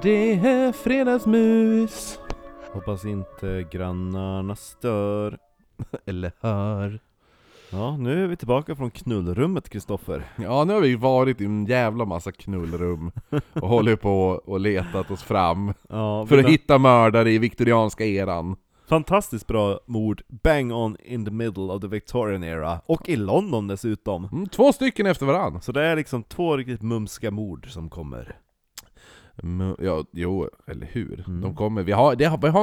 det är fredagsmus. Hoppas inte grannarna stör. Eller hör. Ja, nu är vi tillbaka från knullrummet, Kristoffer. Ja, nu har vi varit i en jävla massa knullrum och håller på och letat oss fram Ja, för att hitta mördare i viktorianska eran. Fantastiskt bra mord, bang on in the middle of the Victorian era. Och i London dessutom. 2 stycken efter varann. Så det är liksom 2 riktigt mumska mord som kommer. Ja, jo, eller hur? De kommer, vi har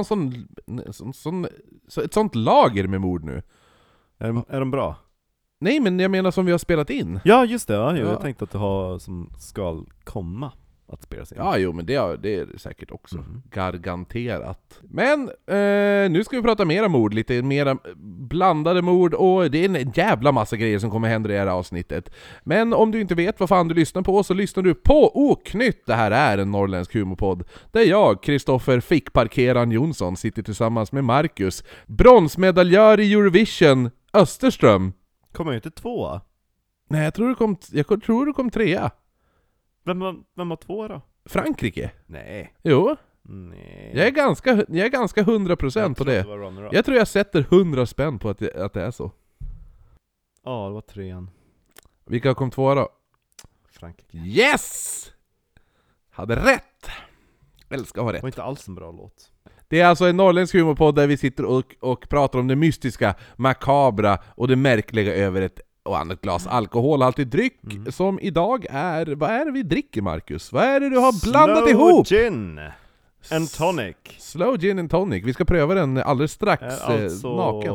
en ett sånt lager med mord nu. Är de bra? Nej, men jag menar som vi har spelat in. Ja, just det. Ja. Ja. Jag tänkte att det har som ska komma att spelas in. Ja, jo, men det är det säkert också. Garanterat. Men nu ska vi prata mera mord, lite mera blandade mord, och det är en jävla massa grejer som kommer hända i det här avsnittet. Men om du inte vet vad fan du lyssnar på, så lyssnar du på Oknytt. Det här är en norrländsk humorpodd där jag, Kristoffer Fickparkeran Jonsson, sitter tillsammans med Marcus, bronsmedaljör i Eurovision, Österström. Kommer ju inte 2. Nej, jag tror du kom 3. Vem var 2 då? Frankrike. Nej. Jo. Nej. Jag är ganska 100% på det. Jag tror jag sätter 100 spänn på att det är så. Ja, det var 3. Vilka kom 2 då? Frankrike. Yes! Hade rätt! Älskar att ha Det var rätt. inte alls en bra låt. Det är alltså en norrländsk humorpodd där vi sitter och pratar om det mystiska, makabra och det märkliga över ett och annat glas alkoholhaltig dryck, som idag är... Vad är det vi dricker, Marcus? Vad är det du har blandat ihop? Slow gin and tonic. Slow gin and tonic. Vi ska pröva den alldeles strax, Alltså naken.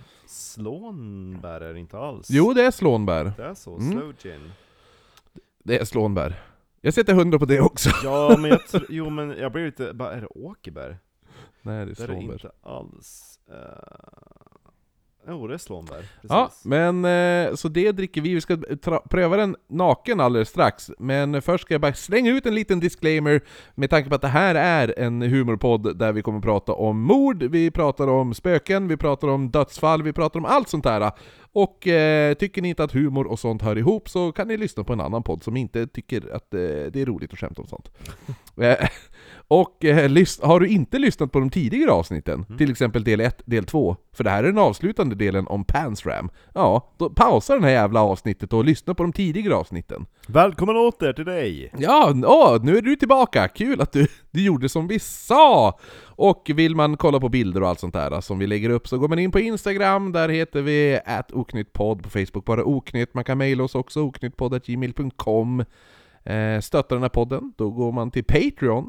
slånbär är det inte alls. Jo, det är slånbär. Det är så, slow gin. Det är slånbär. Jag sätter 100 på det också. Ja, men jag blir lite... Är det åkerbär? Nej, det är Det är det slånbär. inte alls. Jo, det är slånbär. Precis. Ja, men så det dricker vi. Vi ska pröva den naken alldeles strax. Men först ska jag bara slänga ut en liten disclaimer med tanke på att det här är en humorpodd där vi kommer prata om mord, vi pratar om spöken, vi pratar om dödsfall, vi pratar om allt sånt där. Och tycker ni inte att humor och sånt hör ihop, så kan ni lyssna på en annan podd som inte tycker att det är roligt att skämta om sånt. Och har du inte lyssnat på de tidigare avsnitten, till exempel del 1, del 2, för det här är den avslutande delen om Pansram, ja, då pausa den här jävla avsnittet och lyssna på de tidigare avsnitten. Välkommen åter till dig! Ja, nu är du tillbaka! Kul att du gjorde som vi sa! Och vill man kolla på bilder och allt sånt där som vi lägger upp, så går man in på Instagram, där heter vi @oknyttpodd, på Facebook bara oknytt. Man kan mejla oss också, oknyttpodd@gmail.com. Stöttar den här podden, då går man till Patreon,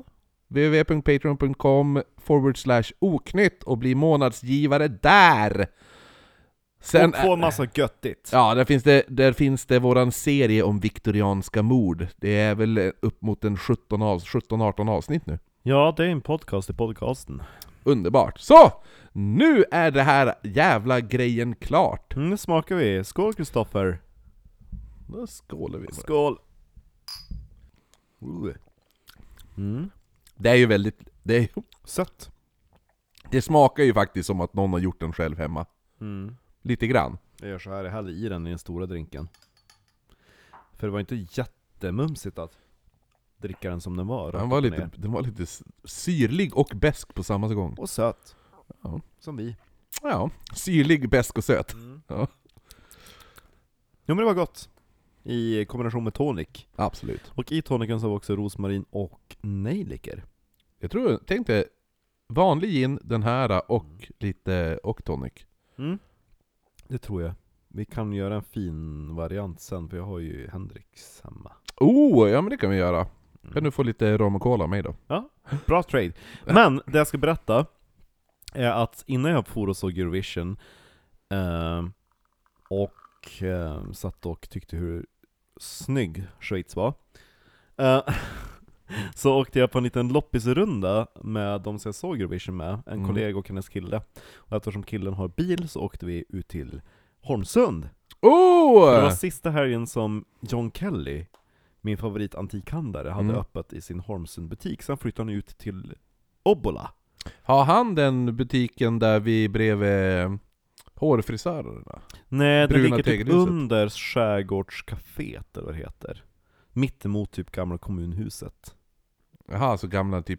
www.patreon.com/oknytt, och blir månadsgivare där. Sen, och få en massa göttigt. Ja, där finns det våran serie om viktorianska mord. Det är väl upp mot en 17-18 avsnitt nu. Ja, det är en podcast i podcasten. Underbart. Så, nu är det här jävla grejen klart. Nu smakar vi. Skål, Kristoffer. Då skålar vi. Skål. Det är ju väldigt... Sött. Det smakar ju faktiskt som att någon har gjort den själv hemma. Lite grann. Jag gör så här, jag häller i den i den stora drinken. För det var inte jättemumsigt att dricka den som den var. Den var lite syrlig och besk på samma gång. Och söt. Ja. Som vi. Ja, syrlig, besk och söt. Ja. Jo, men det var gott. I kombination med tonic. Absolut. Och i tonicen så var också rosmarin och nejlikor. Jag tänkte vanlig gin, den här och tonic. Det tror jag. Vi kan göra en fin variant sen, för jag har ju Hendrix hemma. Ja, men det kan vi göra. Kan du få lite rom och cola av mig då? Ja, bra trade. Men det jag ska berätta är att innan jag for och såg Eurovision och satt och tyckte hur snygg Schweiz var, så åkte jag på en liten loppisrunda med de som jag såg Eurovision med, en kollega och hennes kille. Och eftersom killen har bil så åkte vi ut till Holmsund. Det var sista helgen som John Kelly, min favorit antikhandlare, hade öppet i sin Holmsund-butik. Sen flyttade han ut till Obbola. Har han den butiken där vi bredvid hårfrisörerna? Nej, den ligger typ under Skärgårdscaféet eller vad det heter. Mittemot typ gamla kommunhuset. Jaha, så gamla typ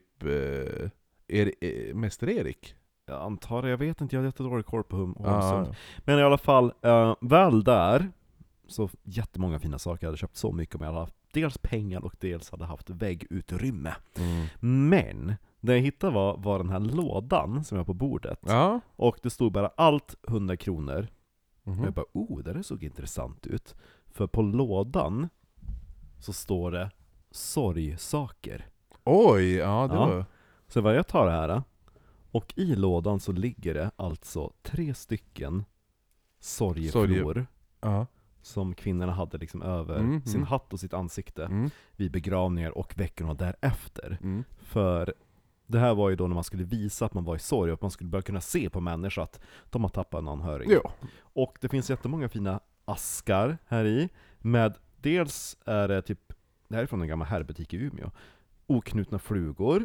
Mäster Erik? Jag antar det, jag vet inte, jag har jättedålig koll på Holmsund. Ja. Men i alla fall, väl där, så jättemånga fina saker. Jag hade köpt så mycket om jag hade haft dels pengar och dels hade haft väggutrymme. Men det jag hittade var den här lådan som jag har på bordet. Ja. Och det stod bara allt 100 kronor. Mhm. Och jag bara, det där såg intressant ut. För på lådan så står det sorgsaker. Oj, ja det Ja. var... Så vad jag tar det här, och i lådan så ligger det alltså 3 stycken sorgeflor Ja. som kvinnorna hade liksom över sin hatt och sitt ansikte vid begravningar och veckorna därefter. För det här var ju då när man skulle visa att man var i sorg och att man skulle börja kunna se på människor att de har tappat en anhörig. Ja. Och det finns jättemånga fina askar här i, med dels är det typ, det här är från en gammal herrbutik i Umeå, oknutna flugor.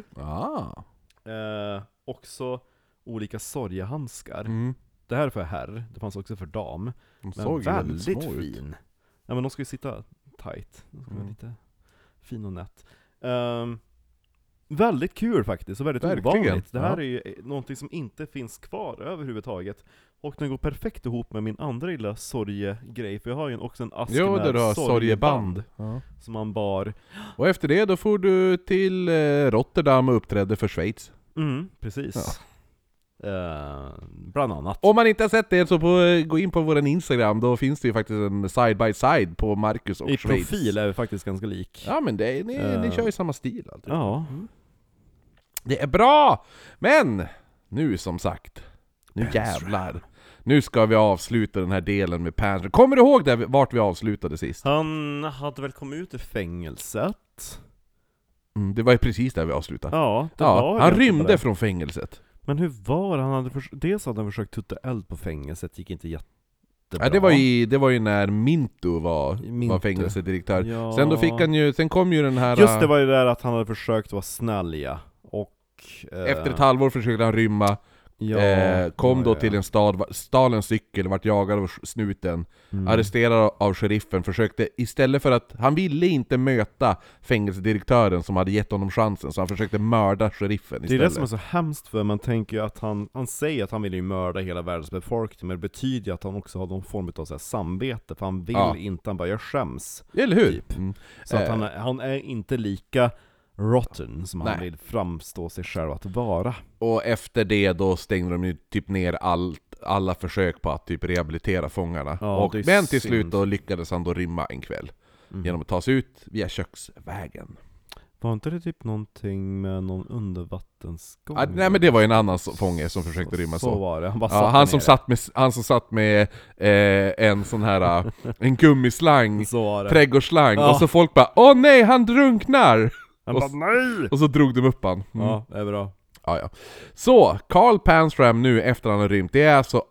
Också olika sorgehandskar. Det här är för herr, det fanns också för dam. Men väldigt fin. Ja, men de ska ju sitta tight. De ska vara lite fin och nätt. Väldigt kul faktiskt, och väldigt ovanligt. Det här är ju någonting som inte finns kvar överhuvudtaget. Och den går perfekt ihop med min andra lilla sorgegrej. För jag har ju också en ask med sorgeband som man bar. Och efter det då får du till Rotterdam och uppträdde för Schweiz. Precis. Bland annat. Om man inte har sett det så gå in på vår Instagram, då finns det ju faktiskt en side by side på Marcus och i Schweiz. Profil är vi faktiskt ganska lik. Ja, men ni kör ju samma stil alltid. Ja. Det är bra! Men nu som sagt, nu jävlar. Nu ska vi avsluta den här delen med Panzram. Kommer du ihåg vart vi avslutade sist? Han hade väl kommit ut ur fängelset. Det var ju precis där vi avslutade. Ja, han rymde från fängelset. Men hur var det? Dels hade han försökt tutta eld på fängelset, gick inte jättebra. Ja, det var ju när Minto var fängelsedirektör. Ja. Sen då fick han ju, sen kom ju den här... Just det var ju där att han hade försökt vara snäll, ja. Och efter ett halvår försökte han rymma. Kom då till en stad, stal en cykel, vart jagad av snuten, arresterad av sheriffen, försökte istället för att, han ville inte möta fängelsedirektören som hade gett honom chansen, så han försökte mörda sheriffen istället. Det är det som är så hemskt, för man tänker ju att han säger att han vill ju mörda hela världens befolkning, men det betyder ju att han också har någon form av så här samvete, för han vill inte, han bara, jag skäms. Eller hur? Typ. Så att han är inte lika rotten som han vill framstå sig själv att vara. Och efter det då stängde de ju typ ner alla försök på att typ rehabilitera fångarna. Men till slut då lyckades han då rymma en kväll genom att ta sig ut via köksvägen. Var inte det typ någonting med någon undervattensgång? Nej, men det var ju en annan fånge som försökte rymma så. Så var det. Han som satt med en sån här en gummislang, trädgårdsslang, och så folk bara, åh nej, han drunknar! Han bara, nej! Och så drog de upp han. Ja, det är bra. Ja. Så, Carl Panzram nu efter han har rymt, det är alltså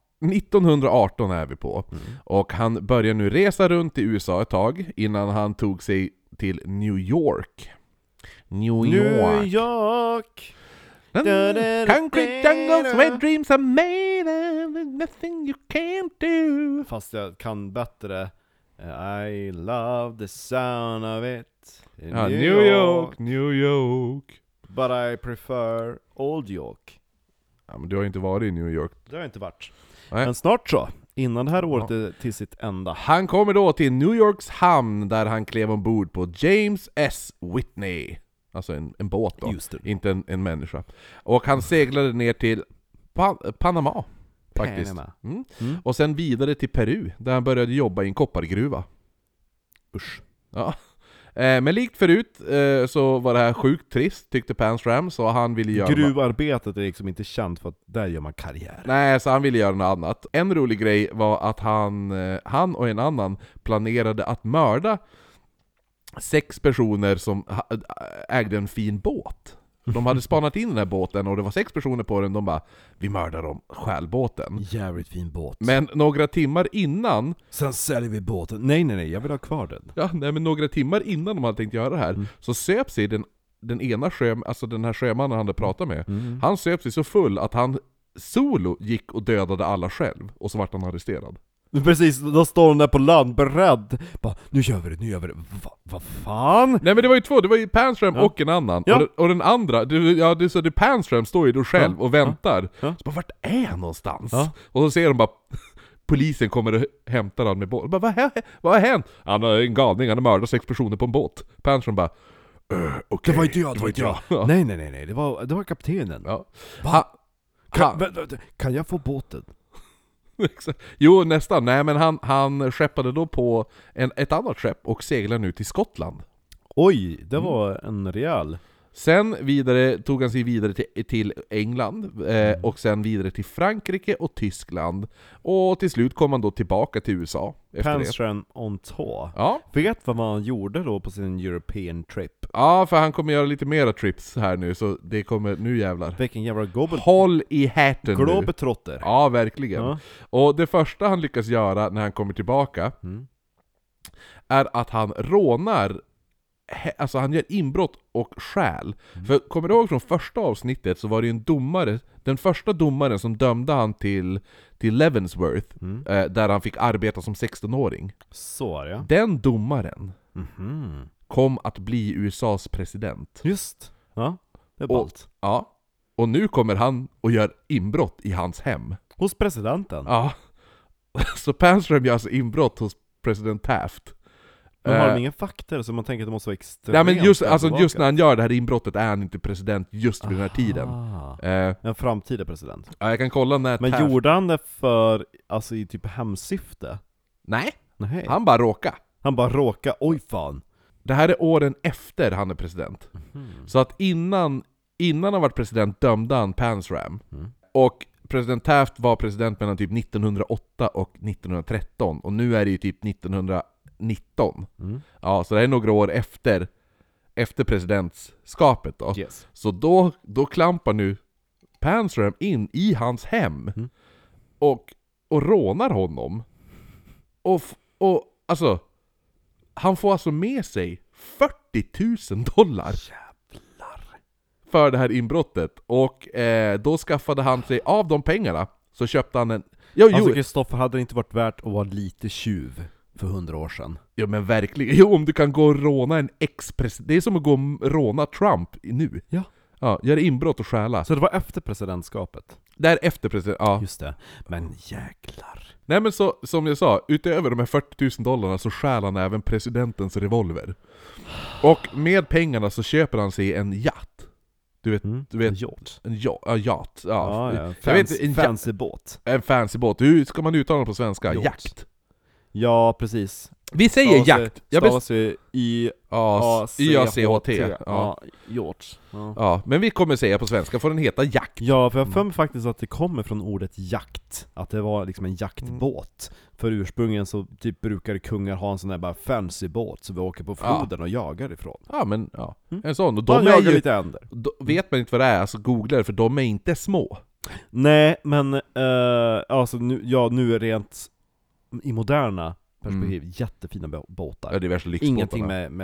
1918 är vi på. Och han börjar nu resa runt i USA ett tag innan han tog sig till New York. New York. Concrete jungles where dreams are made and there's nothing you can't do. Fast jag kan bättre. I love the sound of it. New York. But I prefer Old York. Ja, men du har ju inte varit i New York. Det har jag inte varit. Nej. Men snart så. Innan det här året är till sitt ända. Han kommer då till New Yorks hamn där han klev ombord på James S. Whitney. Alltså en båt då. Inte en människa. Och han seglade ner till Panama. Faktiskt. Och sen vidare till Peru där han började jobba i en koppargruva. Usch. Ja. Men likt förut så var det här sjukt trist, tyckte Panzram, så han ville göra... Gruvarbetet är liksom inte känt för att där gör man karriär. Nej, så han ville göra något annat. En rolig grej var att han och en annan planerade att mörda 6 personer som ägde en fin båt. De hade spanat in den här båten och det var 6 personer på den. De bara, vi mördar dem, stjäl båten. Jävligt fin båt. Men några timmar innan... Sen säljer vi båten. Nej, jag vill ha kvar den. Ja, nej, men några timmar innan de hade tänkt göra det här så söp sig den ena alltså den här sjömannen han hade pratat med. Han söp sig så full att han solo gick och dödade alla själv. Och så vart han arresterad. Precis, då står hon där på land, beredd. Bara, nu gör vi det. Vad fan? Nej men det var ju två, det var ju Panstram och en annan. Ja. Och den andra, du sa det Panstram står ju då själv och väntar. Ja. Så bara, vart är han någonstans? Ja. Och så ser de bara, polisen kommer och hämtar han med båt. Bara, vad har hänt? Han är en galning, han har mördat 6 personer på en båt. Panstram bara, okej. Det var inte jag. Ja. Nej, det var kaptenen. Ja. Va? Kan jag få båten? Jo, nästan. Nej, men han skeppade då på ett annat skepp och seglade nu till Skottland. Oj, det var en rejäl. Sen tog han sig vidare till England, och sen vidare till Frankrike och Tyskland. Och till slut kom han då tillbaka till USA efter Panstram on tour. Ja. Vet vad man gjorde då på sin European trip? Ja, för han kommer göra lite mera trips här nu, så det kommer, nu jävlar. Vilken jävla Håll i hatten nu. globetrotter. Ja, verkligen. Ja. Och det första han lyckas göra när han kommer tillbaka är att han rånar. Alltså han gör inbrott och stjäl. För kommer du ihåg från första avsnittet så var det ju en domare, den första domaren som dömde han till Leavenworth, där han fick arbeta som 16-åring. Så var det, ja. Den domaren kom att bli USAs president. Just. Ja, det är ballt. Ja. Och nu kommer han och gör inbrott i hans hem. Hos presidenten? Ja. Så Panstram gör alltså inbrott hos president Taft. Men har de ingen faktor så man tänker att det måste vara extremt. Ja, men just när han gör det här inbrottet är han inte president just vid den här tiden. En framtida president. Ja, jag kan kolla när Men Taft... gjorde han det för, alltså i typ hemsyfte? Nej, Nej. han bara råka. Oj fan. Det här är åren efter han är president. Så att innan han var president dömde han Panstram. Och president Taft var president mellan typ 1908 och 1913. Och nu är det ju typ 1919. Ja, så det är några år efter presidentskapet då. Yes. Så då klampar nu Panstram in i hans hem och rånar honom. Och alltså han får alltså med sig $40,000 för det här inbrottet. Och då skaffade han sig, av de pengarna så köpte han en... Alltså Kristoffer, hade det inte varit värt att vara lite tjuv för 100 år sedan? Ja men verkligen. Jo, om du kan gå och råna en ex-president. Det är som att gå och råna Trump nu. Ja. Ja, göra inbrott och stjäla. Så det var efter presidentskapet? Därefter president, ja. Just det. Men jäklar. Nej men så, som jag sa, utöver de här $40,000 så stjäl han även presidentens revolver. Och med pengarna så köper han sig en yacht. Du vet, en yacht. En yacht. Ja. En fancy båt. En fancy båt. Hur ska man uttala den på svenska? Jakt. Ja, precis. Vi säger jakt. Stavas ju Y-A-C-H-T. Ja, yacht. Ja, men vi kommer säga på svenska, får den heta jakt. Ja, för jag för mig faktiskt att det kommer från ordet jakt. Att det var liksom en jaktbåt. För ursprungligen så typ brukade kungar ha en sån där bara fancy båt så vi åker på floden och jagar ifrån. Ja, men ja. En sån. Och de jagar är ju lite änder. Vet man inte vad det är, alltså googla det, för de är inte små. Nej, men alltså nu är rent i moderna perspektiv jättefina båtar. Ja, diverse lyxbåtar. Ingenting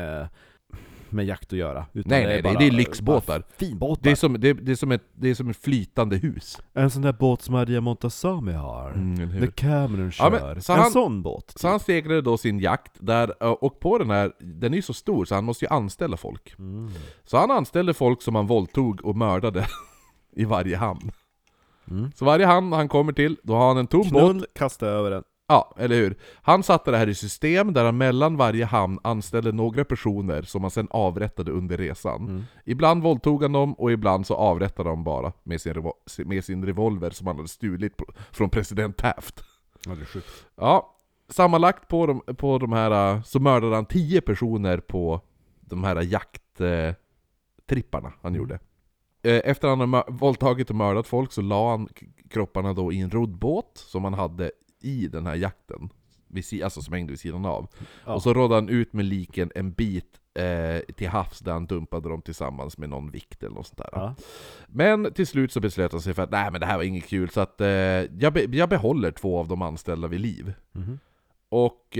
med jakt att göra. Utan Nej, det är lyxbåtar. Finbåtar. Det är som ett flytande hus. En sån där båt som Maria Montazami har. The Cameron kör. Ja, sån båt. Så han seglade då sin jakt där, och på den här, den är ju så stor så han måste ju anställa folk. Så han anställde folk som han våldtog och mördade i varje hamn. Så varje hamn han kommer till, då har han en tom båt. Kasta över den. Ja, eller hur? Han satte det här i system där han mellan varje hamn anställde några personer som han sen avrättade under resan. Ibland våldtog han dem och ibland så avrättade de bara med sin revolver som han hade stulit från president Taft. Ja, det är sjukt. Ja, sammanlagt på de här så mördade han 10 personer på de här jakttripparna han gjorde. Efter han hade våldtagit och mördat folk så la han kropparna då i en roddbåt som han hade i den här jakten, alltså som hängde vid sidan av. Och så rådde han ut med liken en bit till havs där han dumpade dem tillsammans med någon vikt eller något sånt där. Men till slut så beslöt han sig för att nej, men det här var inget kul, så att jag behåller 2 av de anställda vid liv. Och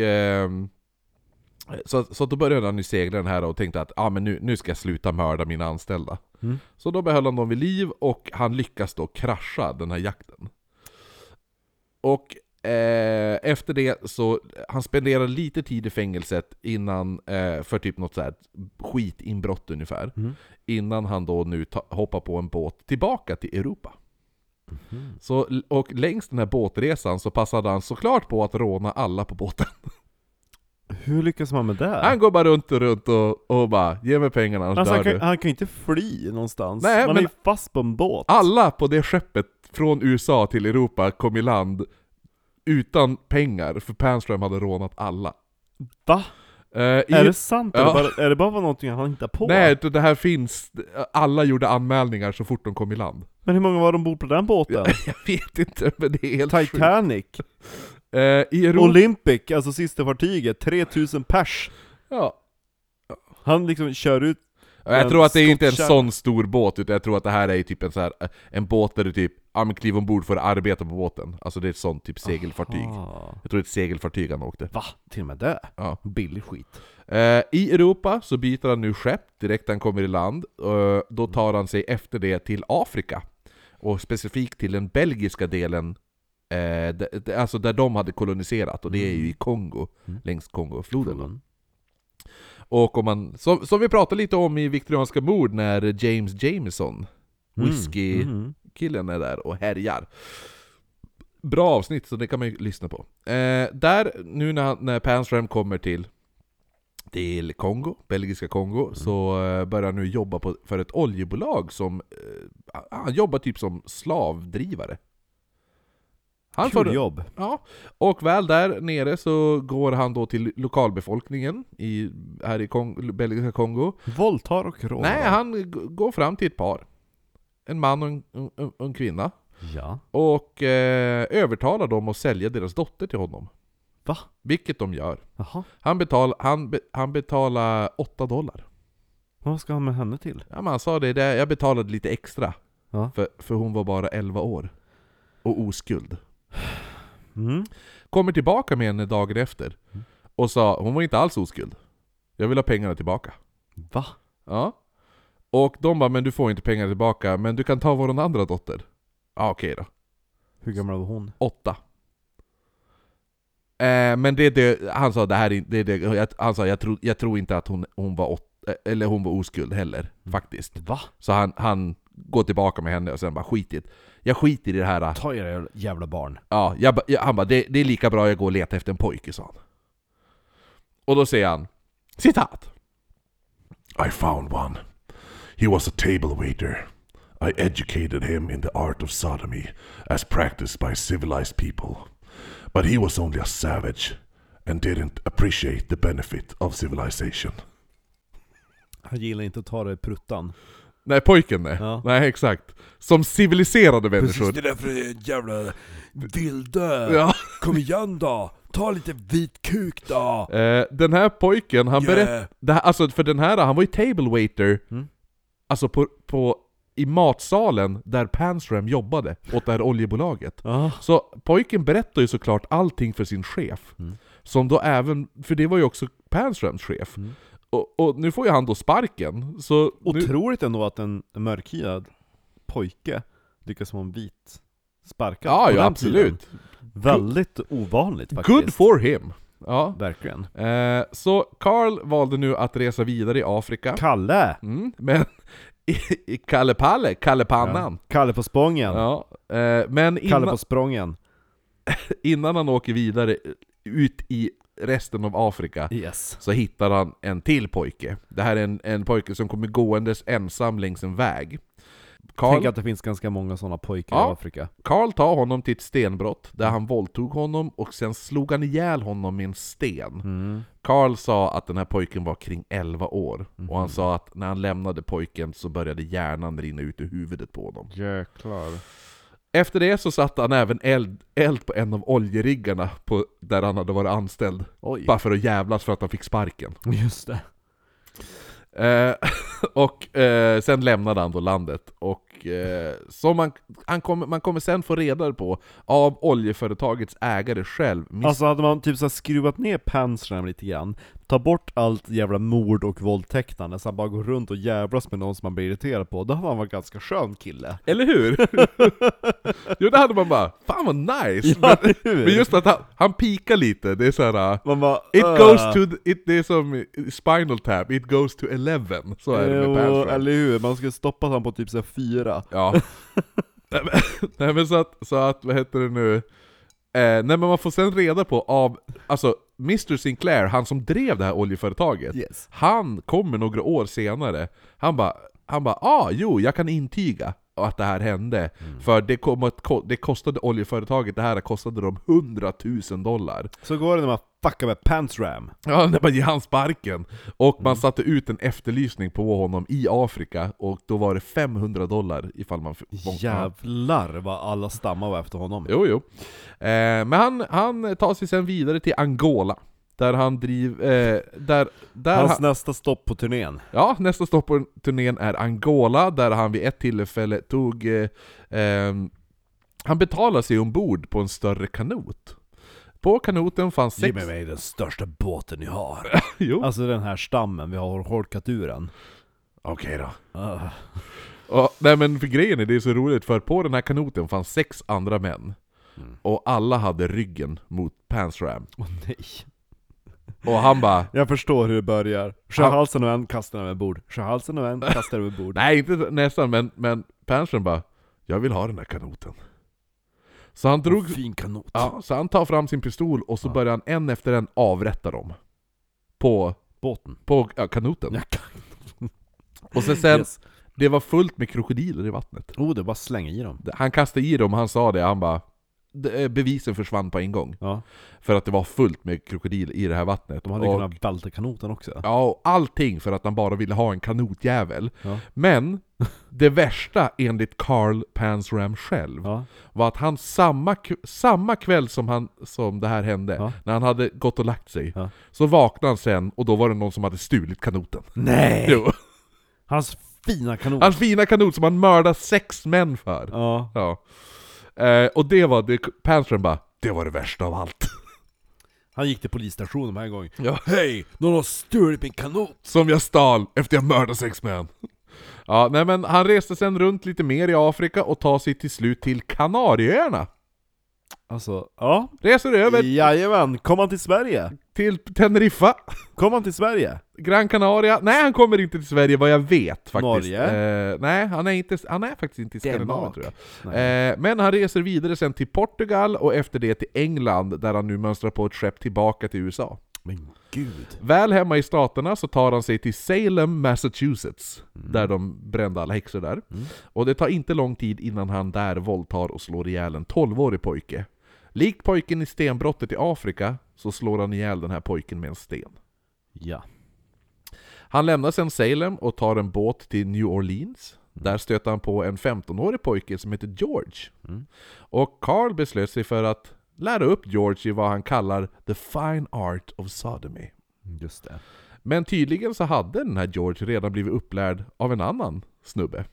så då började han ju segla den här och tänkte att men nu ska jag sluta mörda mina anställda. Så då behöll han dem vid liv och han lyckas då krascha den här jakten. Och efter det så han spenderar lite tid i fängelset innan för typ något så här skitinbrott ungefär. Innan han då nu hoppar på en båt tillbaka till Europa. Så, och längs den här båtresan så passade han såklart på att råna alla på båten. Hur lyckas man med det? Han går bara runt och bara, ge mig pengarna annars alltså, dör du. Han kan ju inte fly någonstans. Nej, man är ju fast på en båt. Alla på det skeppet från USA till Europa kom i land utan pengar, för Panström hade rånat alla. Va? Är det sant? Ja. Är det bara någonting han hittar på? Nej, det här finns. Alla gjorde anmälningar så fort de kom i land. Men hur många var de bor på den båten? Jag vet inte, men det är helt Titanic. I Europa... Olympic, alltså sista fartyget, 3000 pers. Ja. Han liksom kör ut. Jag tror att det är inte en sån stor båt, utan jag tror att det här är typ en båt där du typ kliv ombord för att arbeta på båten. Alltså det är ett sånt typ segelfartyg. Aha. Jag tror det är ett segelfartyg han åkte. Va? Till och med det? Ja. Billig skit. I Europa så byter han nu skepp direkt när han kommer i land. Då tar han sig efter det till Afrika. Och specifikt till den belgiska delen, alltså där de hade koloniserat. Och det är ju i Kongo, längs Kongofloden. Och om man, som vi pratade lite om i Viktorianska mord, när James Jameson, whisky-killen, är där och härjar. Bra avsnitt, så det kan man ju lyssna på. Där, nu när Panström kommer till Kongo, belgiska Kongo, så börjar han nu jobba för ett oljebolag som han jobbar typ som slavdrivare. Han får jobb. Ja, och väl där nere så går han då till lokalbefolkningen här i belgiska Kongo. Våldtar och rånar. Nej, han går fram till ett par. En man och en kvinna. Ja. Och övertalar dem att sälja deras dotter till honom. Va? Vilket de gör. Jaha. Han betalar $8. Vad ska han med henne till? Ja, men han sa det, jag betalade lite extra. Ja. För hon var bara 11 år. Och oskuld. Mm. Kommer tillbaka med henne dagen efter. Och sa, hon var inte alls oskuld. Jag vill ha pengarna tillbaka. Va? Ja. Och de bara, men du får inte pengar tillbaka, men du kan ta vår andra dotter. Ja, okej då. Hur gammal var hon? 8. Men han sa det här är han sa jag tror inte att hon var 8, eller hon var oskuld heller faktiskt. Va? Så han går tillbaka med henne och sen bara jag skiter i det här. Ta era jävla barn. Ja, han bara det är lika bra jag går och letar efter en pojke, sa han. Och då säger han citat: I found one. He was a table waiter. I educated him in the art of sodomy as practiced by civilized people. But he was only a savage and didn't appreciate the benefit of civilization. Han gillar inte att ta det i pruttan. Nej, pojken nej. Ja. Nej, exakt. Som civiliserade människor. Precis, det är därför det är en jävla vilde. Ja. Kom igen då. Ta lite vit kuk då. Den här pojken, han berättade, alltså för den här, han var ju table waiter. Alltså i matsalen där Panström jobbade åt det här oljebolaget. Så pojken berättar ju såklart allting för sin chef. Som då även, för det var ju också Panströms chef. Och nu får ju han då sparken. Så otroligt ändå att en mörkhyad pojke lyckas få en vit sparkad. Ja, absolut. Tiden. Väldigt ovanligt faktiskt. Good for him. Ja, verkligen. Så Carl valde nu att resa vidare i Afrika. Kalle! Men Kalle Pannan. Ja. Kalle på sprången. Ja, men Kalle på sprången. Innan han åker vidare ut i resten av Afrika, så hittar han en till pojke. Det här är en pojke som kommer gåendes ensam längs en väg. Tänk att det finns ganska många sådana pojkar i Afrika. Carl tar honom till ett stenbrott där han våldtog honom och sen slog han ihjäl honom med en sten. Carl sa att den här pojken var kring 11 år. Och han sa att när han lämnade pojken så började hjärnan rinna ut ur huvudet på honom. Jäklar. Efter det så satte han även eld på en av oljeriggarna där han hade varit anställd. Oj. Bara för att jävlas för att han fick sparken. Just det. Och sen lämnade han då landet. Och så man kommer sen få reda på av oljeföretagets ägare själv. Alltså hade man typ så skruvat ner Panström lite grann, ta bort allt jävla mord och våldtäktande, så han bara går runt och jävlas med någon som man blir irriterad på. Då hade han varit ganska skön kille. Eller hur? Jo, det hade man bara, fan vad nice. Ja, men just att han pikar lite, det är såhär, man bara, it goes to, det är som Spinal Tap, it goes to 11. Så är det med Panchram. eller hur? Man ska stoppa han på typ så 4. Ja. Nej men så att, vad heter det nu? Nej men man får sen reda på av, alltså Mr. Sinclair, han som drev det här oljeföretaget, Yes. han kommer några år senare, han bara, jo, jag kan intyga att det här hände, för det kostade oljeföretaget, det här kostade dem $100,000. Så går det när man fuckar med Panchram. Ja, när man ger han sparken. Och man satte ut en efterlysning på honom i Afrika, och då var det $500 ifall man... Jävlar vad alla stammar var efter honom. Jo. Men han tar sig sen vidare till Angola, där han Hans nästa stopp på turnén. Ja, nästa stopp på turnén är Angola, där han vid ett tillfälle han betalade sig ombord på en större kanot. På kanoten fanns 6... Ge mig den största båten ni har. Jo. Alltså den här stammen, vi har holkat ur den. Okej då. Nej men för grejen är det så roligt, för på den här kanoten fanns 6 andra män. Och alla hade ryggen mot Panchram. Åh nej. Och han bara... Jag förstår hur det börjar. Skär halsen och en kastar över bord. Skär halsen och en kastar över bord. Nej, inte nästan, men Panchram bara, jag vill ha den här kanoten. Så han drog... Fin kanot. Ja, så han tar fram sin pistol och så börjar han en efter en avrätta dem. På båten. På kanoten. Och sen yes. Det var fullt med krokodiler i vattnet. Det bara slänga i dem. Han kastade i dem, han sa det, han bara, bevisen försvann på en gång. Ja. För att det var fullt med krokodil i det här vattnet. De hade kunnat välta kanoten också. Ja, och allting för att han bara ville ha en kanotjävel. Ja. Men det värsta enligt Carl Panchram själv var att han samma kväll som det här hände, när han hade gått och lagt sig, så vaknade han sen, och då var det någon som hade stulit kanoten. Nej! Jo. Hans fina kanot. Hans fina kanot som han mördade 6 män för. Ja. Och det var det, Panchram bara, det var det värsta av allt. Han gick till polisstationen en gång. Ja. Hej, någon har stulit min kanot. Som jag stal efter jag mördade 6 män. Ja, nej men han reste sen runt lite mer i Afrika och tar sig till slut till Kanarieöarna. Alltså, ja. Reser över. Jajamän, kom han till Sverige? Till Teneriffa. Kom han till Sverige? Gran Canaria. Nej, han kommer inte till Sverige vad jag vet faktiskt. Norge? Nej, han är faktiskt inte i Skandinavien, tror jag. Men han reser vidare sen till Portugal och efter det till England, där han nu mönstrar på ett skepp tillbaka till USA. Men gud. Väl hemma i staterna så tar han sig till Salem, Massachusetts, där de brände alla häxor där. Och det tar inte lång tid innan han där våldtar och slår ihjäl en 12-årig pojke. Likt pojken i stenbrottet i Afrika så slår han ihjäl den här pojken med en sten. Ja. Han lämnar sen Salem och tar en båt till New Orleans. Där stöter han på en 15-årig pojke som heter George. Och Carl beslöt sig för att lära upp George i vad han kallar the fine art of sodomy. Just det. Men tydligen så hade den här George redan blivit upplärd av en annan snubbe.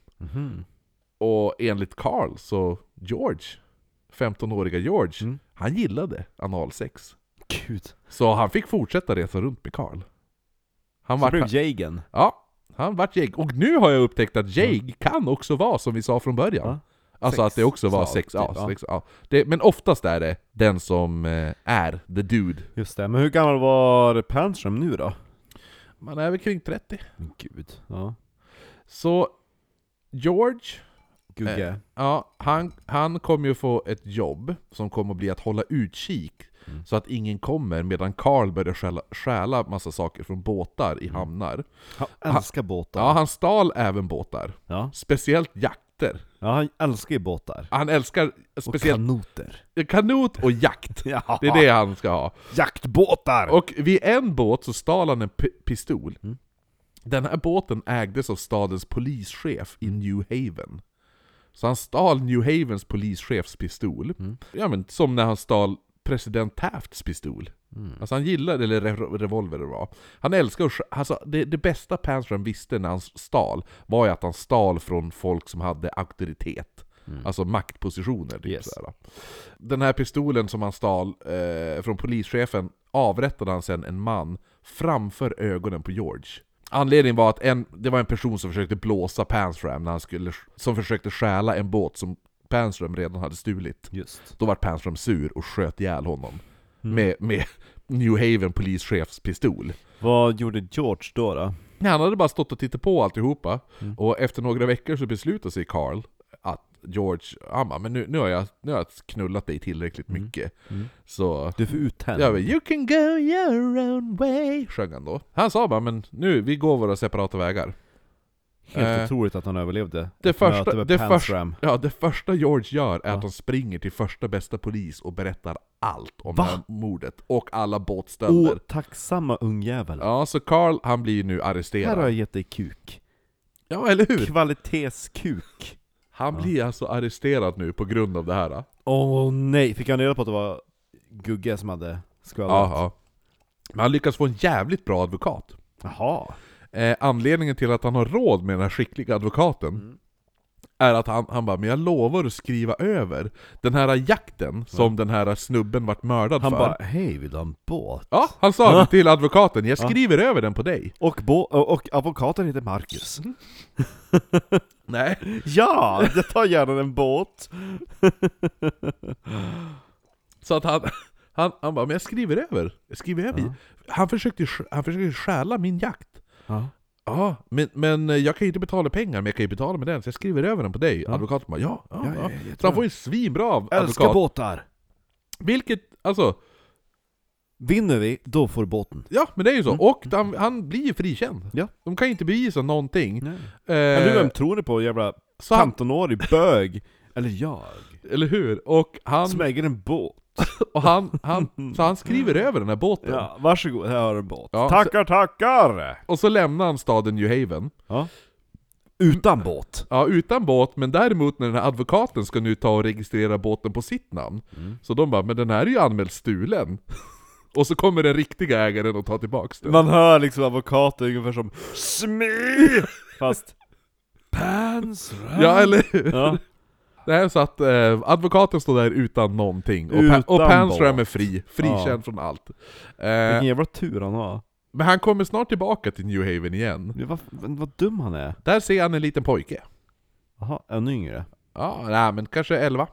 Och enligt Carl så George, 15-åriga George, han gillade analsex. Gud. Så han fick fortsätta resa runt med Carl. Han blev Jagen. Ja, han vart Jag. Och nu har jag upptäckt att Jag kan också vara som vi sa från början. Alltså att det också var sex. Men oftast är det den som är the dude. Just det, men hur gammal var Panchram nu då? Man är väl kring 30. Gud, ja. Så George Gugge. Han kommer ju få ett jobb som kommer att bli att hålla utkik så att ingen kommer medan Carl börjar stjäla massa saker från båtar i hamnar. Han älskar båtar. Ja, han stal även båtar. Ja. Speciellt jakter. Ja, han älskar ju båtar. Han älskar speciellt kanoter. Kanot och jakt. Det är det han ska ha. Jaktbåtar! Och vid en båt så stal han en pistol. Den här båten ägdes av stadens polischef i New Haven. Så han stal New Havens polischefs pistol. Ja, men som när han stal president Tafts pistol. Alltså han gillade, eller revolver det var. Han älskar, alltså det bästa Panchram visste när han stal var ju att han stal från folk som hade auktoritet. Alltså maktpositioner. Typ, Yes. sådär. Den här pistolen som han stal från polischefen avrättade han sen en man framför ögonen på George. Anledningen var att det var en person som försökte blåsa Panstram när som försökte stjäla en båt som Panstram redan hade stulit. Just. Då var Panstram sur och sköt ihjäl honom med New Haven polischefs pistol. Vad gjorde George då? Han hade bara stått och tittat på alltihopa. Och efter några veckor så beslutade sig Carl att George, men nu har jag knullat dig tillräckligt mycket. Så Du är för uttänd. ja, you can go your own way, sjöng han då. Han sa bara, men nu, vi går våra separata vägar. Helt otroligt att han överlevde. Det första George gör är att Ja. han springer till första bästa polis och berättar allt om Va? det här mordet och alla båtstölder. Tacksamma ungjävel. Ja, så Carl, han blir nu Här har arresterad. jag gett dig kuk. Ja, eller hur? Kvalitetskuk. Han blir alltså arresterad nu på grund av det här. Åh nej, fick han reda på att det var Gugge som hade skvallrat? Ja. Men han lyckas få en jävligt bra advokat. Jaha. Anledningen till att han har råd med den här skickliga advokaten är att han bara, men jag lovar att skriva över den här jakten som den här snubben vart mördad Han för. bara, hej vill du ha en båt? Ja, han sa det till advokaten, jag skriver över den på dig. Och advokaten heter Marcus. Nej. Ja, jag tar gärna en båt. Så att han bara, men jag skriver över. Ja. Han försökte stjäla min jakt. Ja. Ja, men jag kan ju inte betala pengar, men jag kan ju betala med den, så jag skriver över den på dig. Ja. Advokaten bara, ja. jättebra. Så han får ju svinbra Älskar advokat. båtar. Vilket, alltså, Vinner vi, då får du båten. ja, men det är ju så. Och han blir ju frikänd. Ja. De kan ju inte bevisa någonting. Nej. Men du, vem tror ni på? Jävla Så han, 15-årig bög? Eller jag? eller hur? Och han, Som äger en båt. så han skriver över den här båten. Ja, varsågod, här har du en båt. Ja, tackar! Och så lämnar han staden New Haven. Ja. Utan båt. Ja, utan båt, men däremot när den här advokaten ska nu ta och registrera båten på sitt namn. Så de bara, men den här är ju anmäld stulen. Och så kommer den riktiga ägaren och tar tillbaks den. Man hör liksom advokaten ungefär som Smee! Fast Panstram. Ja, eller hur? Ja. Det är så att advokaten står där utan någonting. Utan Och Panstram båt. är frikänd Ja. från allt. Vilken jävla tur han har. Men han kommer snart tillbaka till New Haven igen. Ja, vad dum han är. Där ser han en liten pojke. Jaha, ännu yngre. Ja, nej, men kanske 11.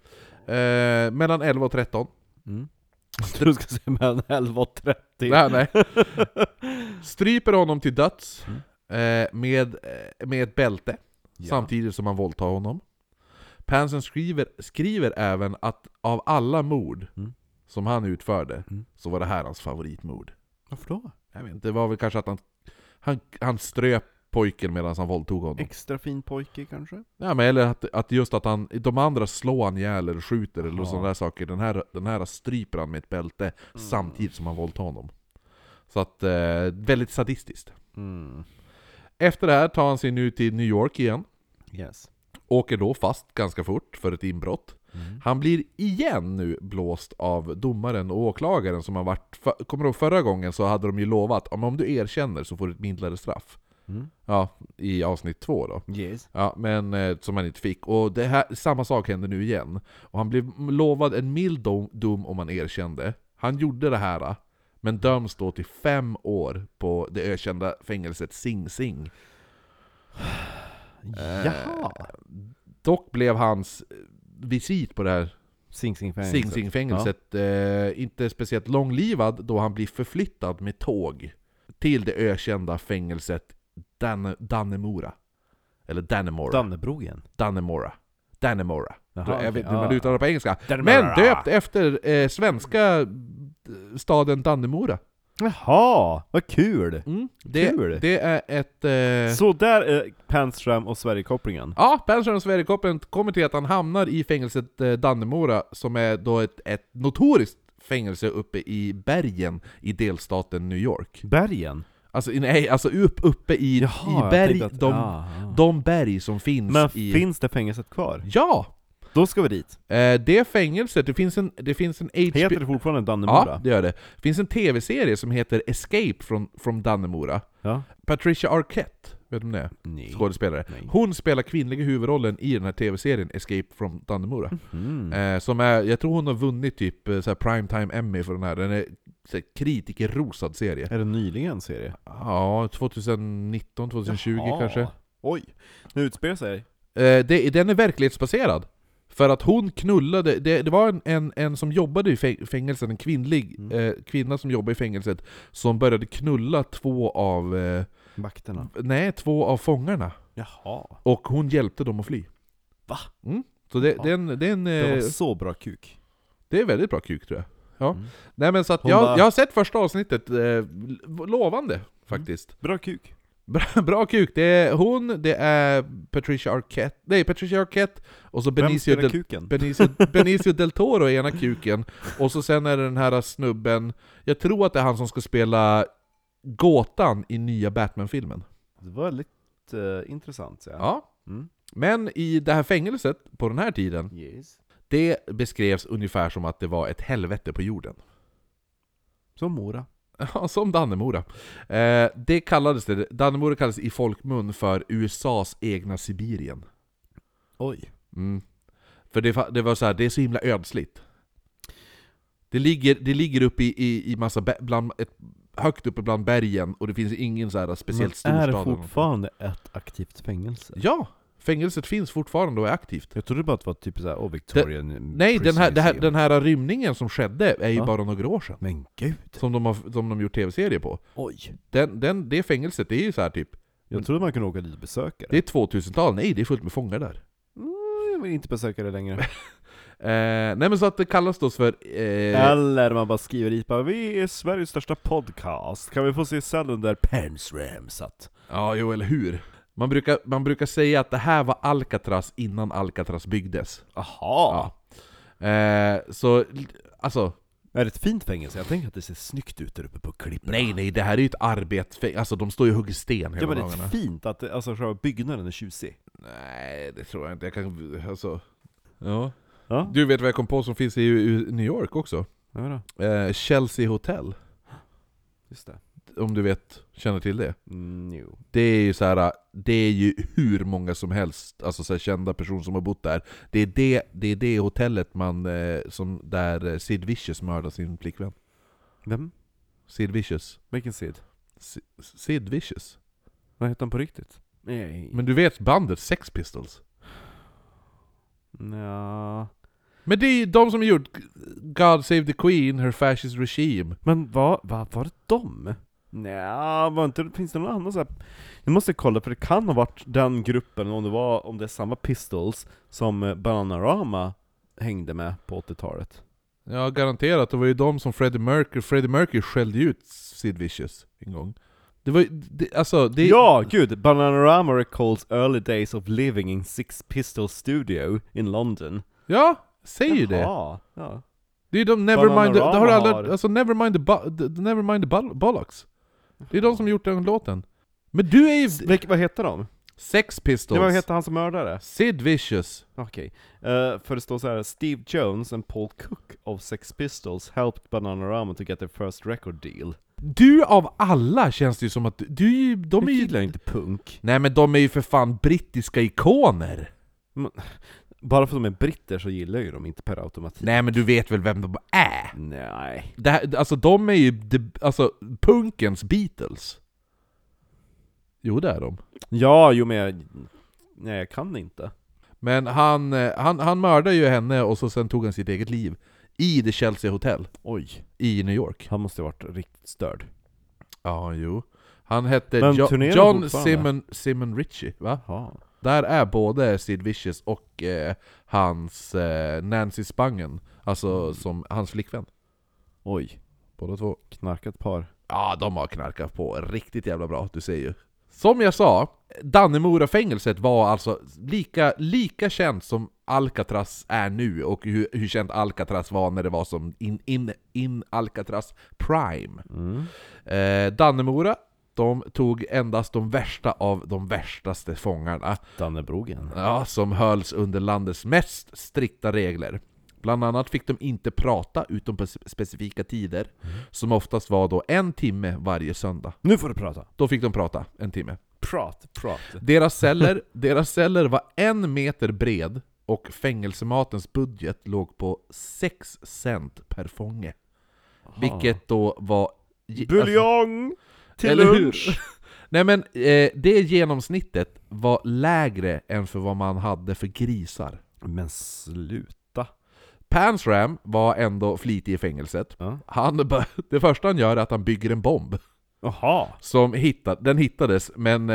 Mellan 11 och 13. Jag tror du ska säga mellan 11 och 30. Nej. Stryper honom till döds med ett bälte. Ja. Samtidigt som han våldtar honom. Pansen skriver även att av alla mord som han utförde så var det här hans favoritmord. Varför då? Jag vet inte, det var väl kanske att han ströp pojken medan han våldtog honom. Extra fin pojke kanske? Ja, men eller att just att de andra slår han ihjäl eller skjuter eller Ja. sådana där saker. Den här stryper han med ett bälte samtidigt som han våldtar honom. Så att, väldigt sadistiskt. Efter det här tar han sig nu till New York igen. Yes. Åker då fast ganska fort för ett inbrott. Han blir igen nu blåst av domaren och åklagaren som har varit... Kommer du ihåg förra gången så hade de ju lovat att om du erkänner så får du ett mildare straff. Ja, i avsnitt 2 då. Yes. Ja, men som han inte fick. Och det här, samma sak händer nu igen. Och han blev lovad en mild dom om han erkände. Han gjorde det här, men döms då till 5 år på det ökända fängelset Sing Sing. Jaha. Dock blev hans visit på det här Sing Sing-Sing-fängelset inte speciellt långlivad, då han blir förflyttad med tåg till det ökända fängelset Dannemora. Eller Dannemora. Dannebrogen. Dannemora. Jaha, Jag vet inte hur okej, man ja. uttalar det på engelska. Dannemora. Men döpt efter svenska staden Dannemora. Jaha, vad kul! Det är ett... Så där är Panstram och Sverigekopplingen. Ja, Panstram och Sverigekopplingen kommer till att han hamnar i fängelset Dannemora, som är då ett notoriskt fängelse uppe i bergen i delstaten New York. Bergen? Alltså, nej, alltså uppe i Jaha, berg, jag tänkte att- de berg som finns Men i... finns det fängelset kvar? Ja! Då ska vi dit. Det fängelset, det finns en Heter det fortfarande Dannemora? Ja, det gör det. Det finns en tv-serie som heter Escape from Dannemora. Ja. Patricia Arquette, vet du om det är? Nej. Skådespelare. Nej. Hon spelar kvinnliga huvudrollen i den här tv-serien Escape from Dannemora. Som är, jag tror hon har vunnit typ så här Primetime Emmy för den här. Den är så här, kritikerrosad serie. Är det nyligen en serie? Ja, 2019, 2020 kanske. Oj, nu utspelar sig. Den är verklighetsbaserad. För att hon knullade, det var en som jobbade i fängelset, en kvinnlig kvinna som jobbade i fängelset, som började knulla två av fångarna. Jaha. Och hon hjälpte dem att fly. Va? Så det var så bra kuk. Det är väldigt bra kuk, tror jag. Ja. Nej, men så att jag har sett första avsnittet, lovande faktiskt. Bra kuk. Bra kuk. Det är Patricia Arquette och så Benicio del Toro i ena kuken, och så sen är det den här snubben, jag tror att det är han som ska spela gåtan i nya Batman-filmen. Det var lite intressant. Ja. Men i det här fängelset på den här tiden, det beskrevs ungefär som att det var ett helvete på jorden. Som Mora. Ja, som Dannemora. Dannemora kallades i folkmun för USAs egna Sibirien. Oj. För det var så här, det är så himla ödsligt. Det ligger uppe i massa högt uppe bland bergen, och det finns ingen så här speciellt stor stad. Men är det fortfarande ett aktivt fängelse? Ja, fängelset finns fortfarande och är aktivt. Jag trodde bara att det var typ så här Victorian. Nej, den här rymningen som skedde är ju bara några år sedan. Men gud. Som de gjort tv-serie på. Oj. Det fängelset, det är ju så här typ. Jag trodde man kunde åka dit och besöka det. Det är 2000-tal, nej, det är fullt med fångar där. Jag vill inte besöka det längre. Nej, men så att det kallas då för eller man bara skriver dit bara, vi är Sveriges största podcast, kan vi få se cellen där Pens Ramsat? Ja, jo, eller hur? Man brukar säga att det här var Alcatraz innan Alcatraz byggdes. Aha. Ja. Så, alltså, är det ett fint fängelse? Jag tänker att det ser snyggt ut där uppe på klipporna. Nej, det här är ju ett arbetsfängelse. Alltså, de står ju och hugger sten hela dagarna. Ja, men det är fint att själva byggnaden är tjusig. Nej, det tror jag inte. Jag kan, alltså, ja. Du vet vad jag kom på som finns i New York också? Ja, Chelsea Hotel. Just det. Om du känner till det. Jo. Det är ju så här, det är ju hur många som helst, alltså så här, kända personer som har bott där. Det är det hotellet där Sid Vicious mördar sin flickvän. Vem? Sid Vicious. Vilken Sid? Sid Vicious. Vad heter han på riktigt? Nej. Men du vet bandet Sex Pistols? Ja. Men det är de som har gjort God Save the Queen, Her Fascist Regime. Men vad var det de? Nej, finns det någon annan så här? Jag måste kolla, för det kan ha varit den gruppen, om det är samma Pistols som Bananarama hängde med på 80-talet. Ja, garanterat. Det var ju de som Freddie Mercury skällde ut Sid Vicious en gång. Ja, gud! Bananarama recalls early days of living in Six Pistols studio in London. Ja, säger ju det. Ja. Det är de Nevermind the Bollocks. Det är de som gjort den låten. Men du är ju... Vad heter de? Sex Pistols. Vad heter han som mördare? Sid Vicious. Okej. För det står så här: Steve Jones and Paul Cook of Sex Pistols helped Bananarama to get their first record deal. Du av alla känns det ju som att de gillar inte punk. Nej, men de är ju för fan brittiska ikoner. Bara för att de är britter så gillar ju de inte per automatik. Nej, men du vet väl vem de är? Nej. Alltså de är ju punkens Beatles. Jo, det är de. Ja, men jag kan inte. Men han mördade ju henne, och sen tog han sitt eget liv i The Chelsea Hotel. Oj. I New York. Han måste ha varit riktigt störd. Ja, jo. Han hette John Simon Ritchie, va? Aha. Där är både Sid Vicious och hans Nancy Spangen, alltså som hans flickvän. Oj. Båda två. Knarkat par. Ja, de har knarkat på riktigt jävla bra, du ser ju. Som jag sa, Dannemora-fängelset var alltså lika känt som Alcatraz är nu, och hur känt Alcatraz var när det var som in Alcatraz Prime. Dannemora de tog endast de värsta av de värstaste fångarna. Dannebrogen. Ja, som hölls under landets mest strikta regler. Bland annat fick de inte prata utom på specifika tider, som oftast var då 1 timme varje söndag. Nu får du prata. Då fick de prata 1 timme. Prat. Deras celler var 1 meter bred och fängelsematens budget låg på 6 cent per fånge. Vilket då var... Buljong till eller hur? lunch. Nej men det genomsnittet var lägre än för vad man hade för grisar. Men sluta. Panzram var ändå flitig i fängelset. Ja. Det första han gör är att han bygger en bomb. Jaha. Den hittades, men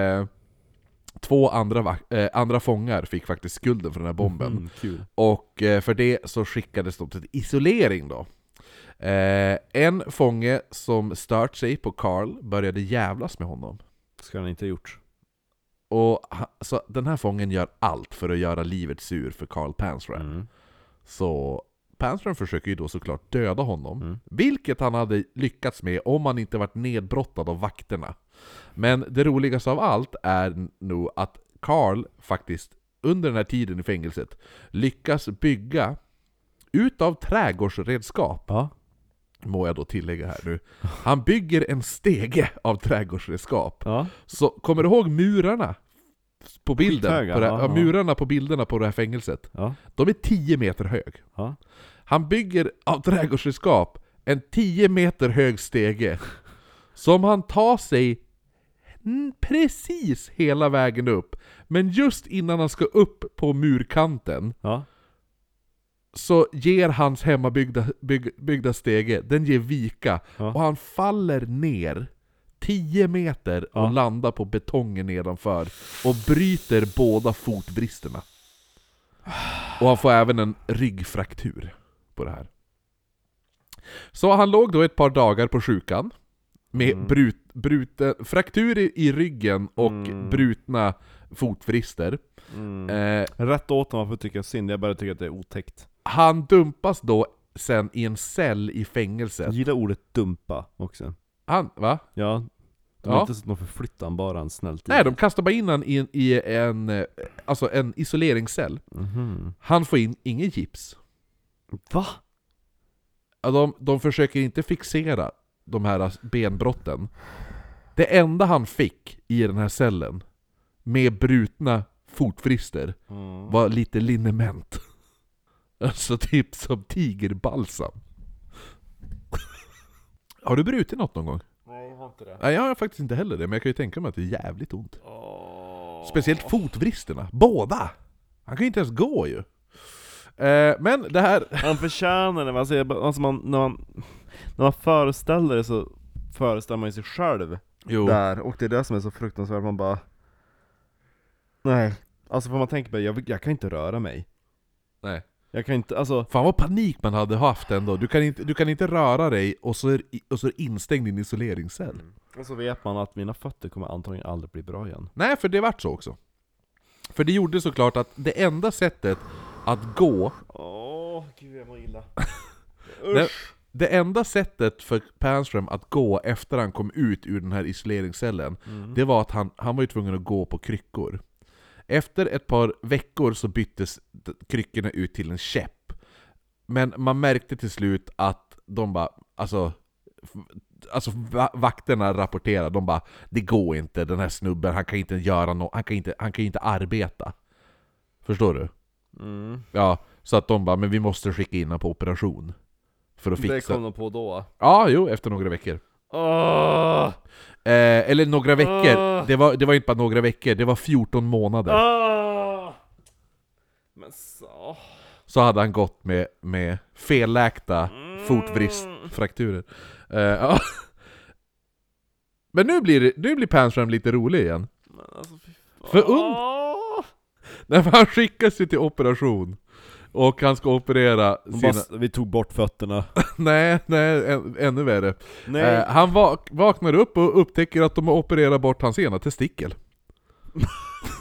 2 andra fångar fick faktiskt skulden för den här bomben. Kul. Och för det så skickades de till isolering då. En fånge som stört sig på Carl började jävlas med honom. Ska han inte ha gjort. Och så den här fången gör allt för att göra livet sur för Carl Panzram. Så Panzram försöker ju då såklart döda honom, vilket han hade lyckats med om han inte varit nedbrottad av vakterna. Men det roligaste av allt är nog att Carl faktiskt under den här tiden i fängelset lyckas bygga utav trädgårdsredskap. Ja. Må jag då tillägga här nu. Han bygger en stege av trädgårdsredskap. Ja. Så kommer du ihåg murarna på bilden? Skithöga, murarna på bilderna på det här fängelset. Ja. De är 10 meter hög. Ja. Han bygger av trädgårdsredskap en 10 meter hög stege som han tar sig precis hela vägen upp. Men just innan han ska upp på murkanten så ger hans hemmabyggda stege, den ger vika och han faller ner 10 meter och landar på betongen nedanför och bryter båda fotbristerna. Och han får även en ryggfraktur på det här. Så han låg då ett par dagar på sjukan med fraktur i ryggen och brutna fotbrister. Rätt åt honom för att tycka synd, jag bara tycker att det är otäckt. Han dumpas då sen i en cell i fängelset. Jag gillar ordet dumpa också. Va? Ja. De har inte sett någon förflytta, han bara en snäll tid. Nej, de kastar bara in han i en isoleringscell. Han får in ingen gips. Va? De försöker inte fixera de här benbrotten. Det enda han fick i den här cellen med brutna fotfrister var lite liniment. Alltså typ som tigerbalsam. Har du brutit något någon gång? Nej, jag har inte det. Nej, jag har faktiskt inte heller det, men jag kan ju tänka mig att det är jävligt ont. Speciellt fotvristerna. Båda! Han kan ju inte ens gå ju. Men det här... Han förtjänar det. Alltså när man föreställer det så föreställer man ju sig själv där. Och det är det som är så fruktansvärt. Man bara... Nej. Alltså för man tänker bara, jag kan inte röra mig. Nej. Jag kan inte, alltså... Fan vad panik man hade haft ändå. Du kan inte röra dig och så är instängd i en isoleringscell. Och så vet man att mina fötter kommer antagligen aldrig bli bra igen. Nej, för det vart så också. För det gjorde såklart att det enda sättet att gå... Gud jag mår illa. Det enda sättet för Panzram att gå efter han kom ut ur den här isoleringscellen, det var att han var ju tvungen att gå på kryckor. Efter ett par veckor så byttes kryckorna ut till en käpp. Men man märkte till slut att de bara, alltså vakterna rapporterade, de bara, det går inte, den här snubben, han kan inte göra något, han kan inte arbeta. Förstår du? Ja, så att de bara, men vi måste skicka in honom på operation för att fixa. Det kom de på då? Ja, jo, efter några veckor. Eller några veckor. Det var inte bara några veckor, det var 14 månader. Men så... Så hade han gått med felläkta fotvristfrakturer. Ja. Men nu blir Panzram lite rolig igen. Men alltså, för när han skickas ju till operation och han ska operera vi tog bort fötterna. nej, ännu värre. Han vaknar upp och upptäcker att de har opererat bort hans ena testikel.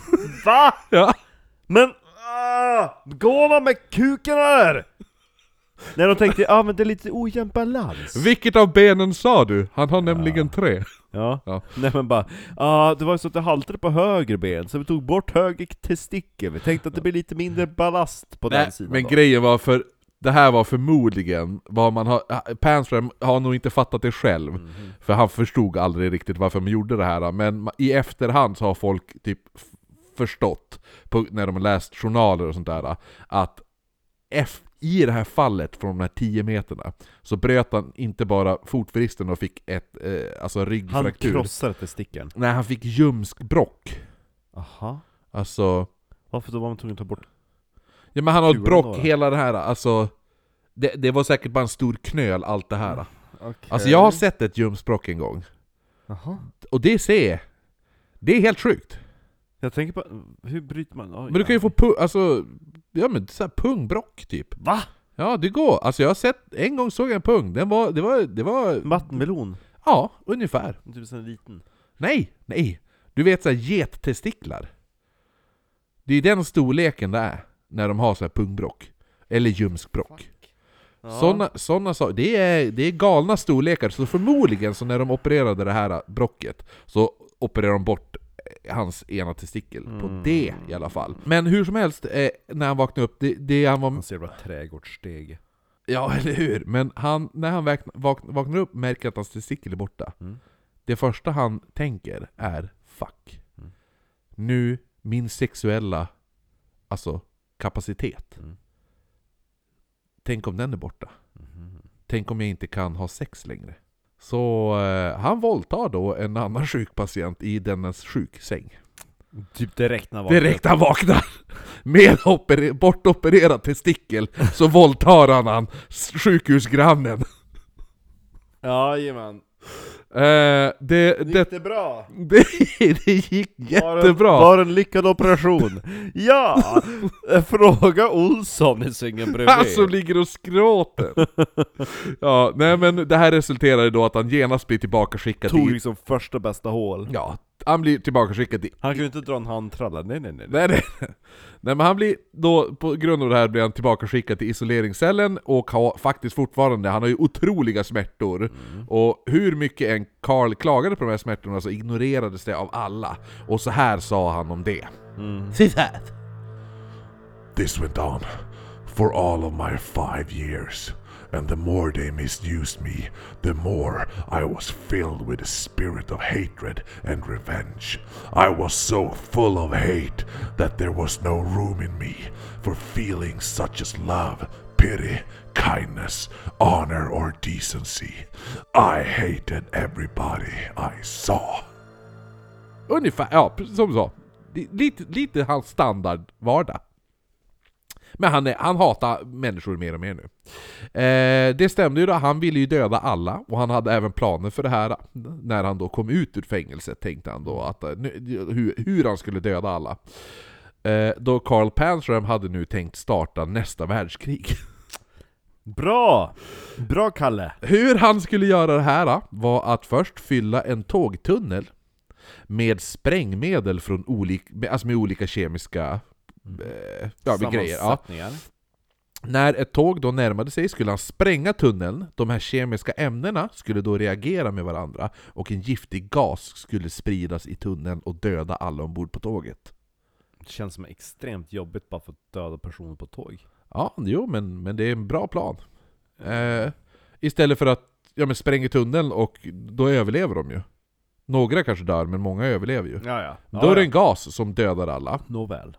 Va? Ja. Men går man med kuken där? Nej, de tänkte, men det är lite ojämn balans. Vilket av benen sa du? Han har nämligen 3. Ja. Ja. Nej men bara, det var ju så att det haltade på höger ben, så vi tog bort höger testikel. Vi tänkte att det blir lite mindre ballast på den sidan. Men då. grejen var det här var förmodligen vad man har... Panstram har nog inte fattat det själv. För han förstod aldrig riktigt varför man gjorde det här. Men i efterhand så har folk typ förstått, när de har läst journaler och sånt där, att i det här fallet från de här 10 meterna så bröt han inte bara fotvristen och fick ett ryggfraktur. Han krossade testikeln. Nej, han fick ljumskbråck. Aha. Alltså... Varför då var man tvungen att ta bort? Ja, men han har ett brock, då? hela det här. Alltså, det var säkert bara en stor knöl, allt det här. Okay. Alltså jag har sett ett ljumskbråck en gång. Aha. Och det är helt sjukt. Jag tänker på, hur bryter man? Men du kan ju få så här pungbrock typ. Va? Ja, det går. Alltså jag har sett, en gång såg jag en pung. Det var Vattenmelon? Ja, ungefär. Typ en liten. Nej. Du vet så här gettestiklar. Det är den storleken det är när de har så här pungbrock eller ljumskbrock. Ja. Såna saker, det är galna storlekar. Så förmodligen så när de opererade det här brocket så opererade de bort hans ena testikel på det i alla fall. Men hur som helst, när han vaknade upp, Han ser bara trädgårdssteg. Ja, eller hur? Men när han vaknar upp märker att hans testikel är borta. Det första han tänker är fuck. Nu, min sexuella kapacitet. Tänk om den är borta. Tänk om jag inte kan ha sex längre. Så han våldtar då en annan sjuk patient i dennes sjuksäng. Typ direkt när han vaknar. Med bortopererad testikel så våldtar han sjukhusgrannen. Ja, jajamän. Gick det bra? Det gick jättebra. Var en lyckad operation. Ja! Fråga Olsson i sängen bredvid. Han som ligger och skråter. Ja, nej men det här resulterade då att han genast blir tillbaka skickad. Tog liksom första bästa hål. Ja, han blir tillbaka skickad. Han kunde inte dra en handtralla. Nej. Nej, men han blir då, på grund av det här blir han tillbaka skickad till isoleringscellen och har faktiskt fortfarande, han har ju otroliga smärtor. Och hur mycket en Carl klagade på de här smärtorna så ignorerades det av alla. Och så här sa han om det. Citat. This went on for all of my 5 years, and the more they misused me, the more I was filled with a spirit of hatred and revenge. I was so full of hate that there was no room in me for feelings such as love, pity, kindness, honor or decency. I hated everybody I saw. Ungefär, ja, som du sa. Lite hans standard vardag. Men han hatar människor mer och mer nu. Det stämde ju då, han ville ju döda alla. Och han hade även planer för det här. När han då kom ut ur fängelset tänkte han då att hur han skulle döda alla. Då Carl Panstram hade nu tänkt starta nästa världskrig. Bra Kalle. Hur han skulle göra det här var att först fylla en tågtunnel med sprängmedel från med olika kemiska grejer. Ja. När ett tåg då närmade sig skulle han spränga tunneln. De här kemiska ämnena skulle då reagera med varandra och en giftig gas skulle spridas i tunneln och döda alla ombord på tåget. Det känns som extremt jobbigt bara för att döda personer på tåg. Ja, jo, men det är en bra plan. Istället för att spränga tunneln och då överlever de ju. Några kanske dör, men många överlever ju. Då är det en gas som dödar alla. Nåväl.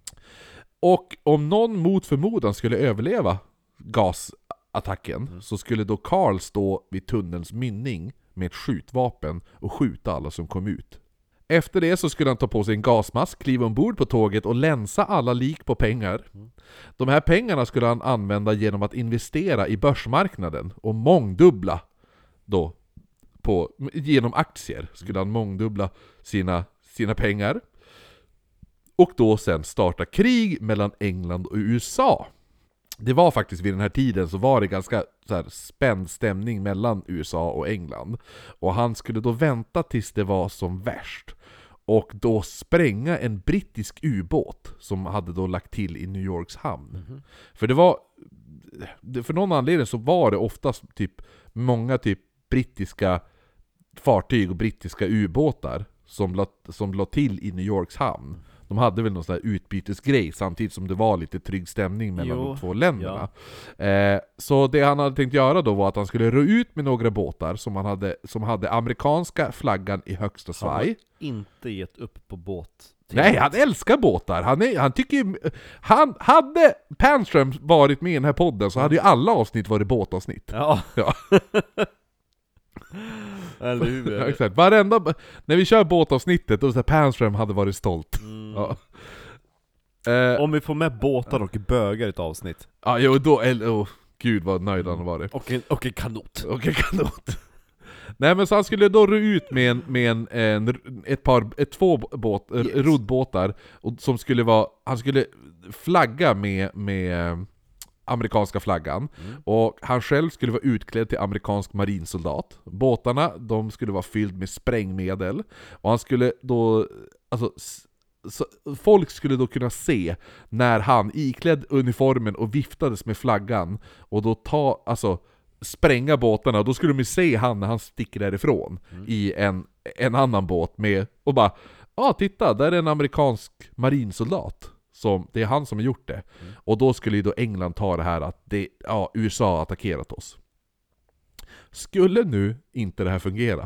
Och om någon mot förmodan skulle överleva gasattacken så skulle då Carl stå vid tunnelns mynning med ett skjutvapen och skjuta alla som kom ut. Efter det så skulle han ta på sig en gasmask, kliva ombord på tåget och länsa alla lik på pengar. De här pengarna skulle han använda genom att investera i börsmarknaden och mångdubbla då genom aktier skulle han mångdubbla sina pengar. Och då sen starta krig mellan England och USA. Det var faktiskt vid den här tiden så var det ganska så här spänd stämning mellan USA och England. Och han skulle då vänta tills det var som värst. Och då spränga en brittisk ubåt som hade då lagt till i New Yorks hamn. För det var för någon anledning så var det oftast typ många typ brittiska fartyg och brittiska ubåtar som la till i New Yorks hamn. De hade väl någon sån här utbytesgrej samtidigt som det var lite trygg stämning mellan de två länderna. Ja. Så det han hade tänkt göra då var att han skulle ro ut med några båtar som hade amerikanska flaggan i högsta svaj. Han har inte gett upp på båt. Nej, han älskar båtar. Han tycker ju, hade Panström varit med i den här podden så hade ju alla avsnitt varit båtavsnitt. Ja. Eller hur? Ja, exakt. Varenda, när vi kör båtavsnittet då så Panström hade varit stolt. Ja. Om vi får med båtar och bögar i ett avsnitt. Ja, jo då gud vad nöjd han var det. Och en kanot. Och en kanot. Nej, men så han skulle då ro ut med två roddbåtar och som skulle vara, han skulle flagga med amerikanska flaggan, och han själv skulle vara utklädd till amerikansk marinsoldat. Båtarna, de skulle vara fylld med sprängmedel, och han skulle då, alltså så folk skulle då kunna se när han iklädd uniformen och viftades med flaggan och då spränga båtarna, och då skulle de ju se han när han sticker därifrån i en annan båt med, och bara, titta, där är en amerikansk marinsoldat. Det är han som har gjort det. Och då skulle ju då England ta det här att USA har attackerat oss. Skulle nu inte det här fungera?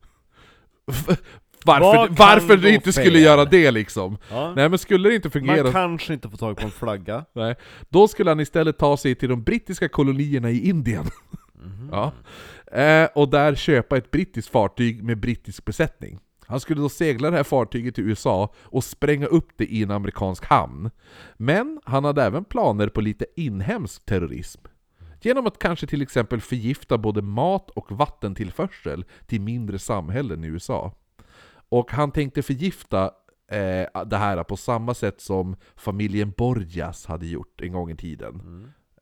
Varför det inte skulle göra det liksom? Ja. Nej, men skulle det inte fungera... Man kanske inte får tag på en flagga. Nej. Då skulle han istället ta sig till de brittiska kolonierna i Indien. Ja. Och där köpa ett brittiskt fartyg med brittisk besättning. Han skulle då segla det här fartyget till USA och spränga upp det i en amerikansk hamn. Men han hade även planer på lite inhemsk terrorism. Genom att kanske till exempel förgifta både mat- och vattentillförsel till mindre samhällen i USA. Och han tänkte förgifta det här på samma sätt som familjen Borgias hade gjort en gång i tiden.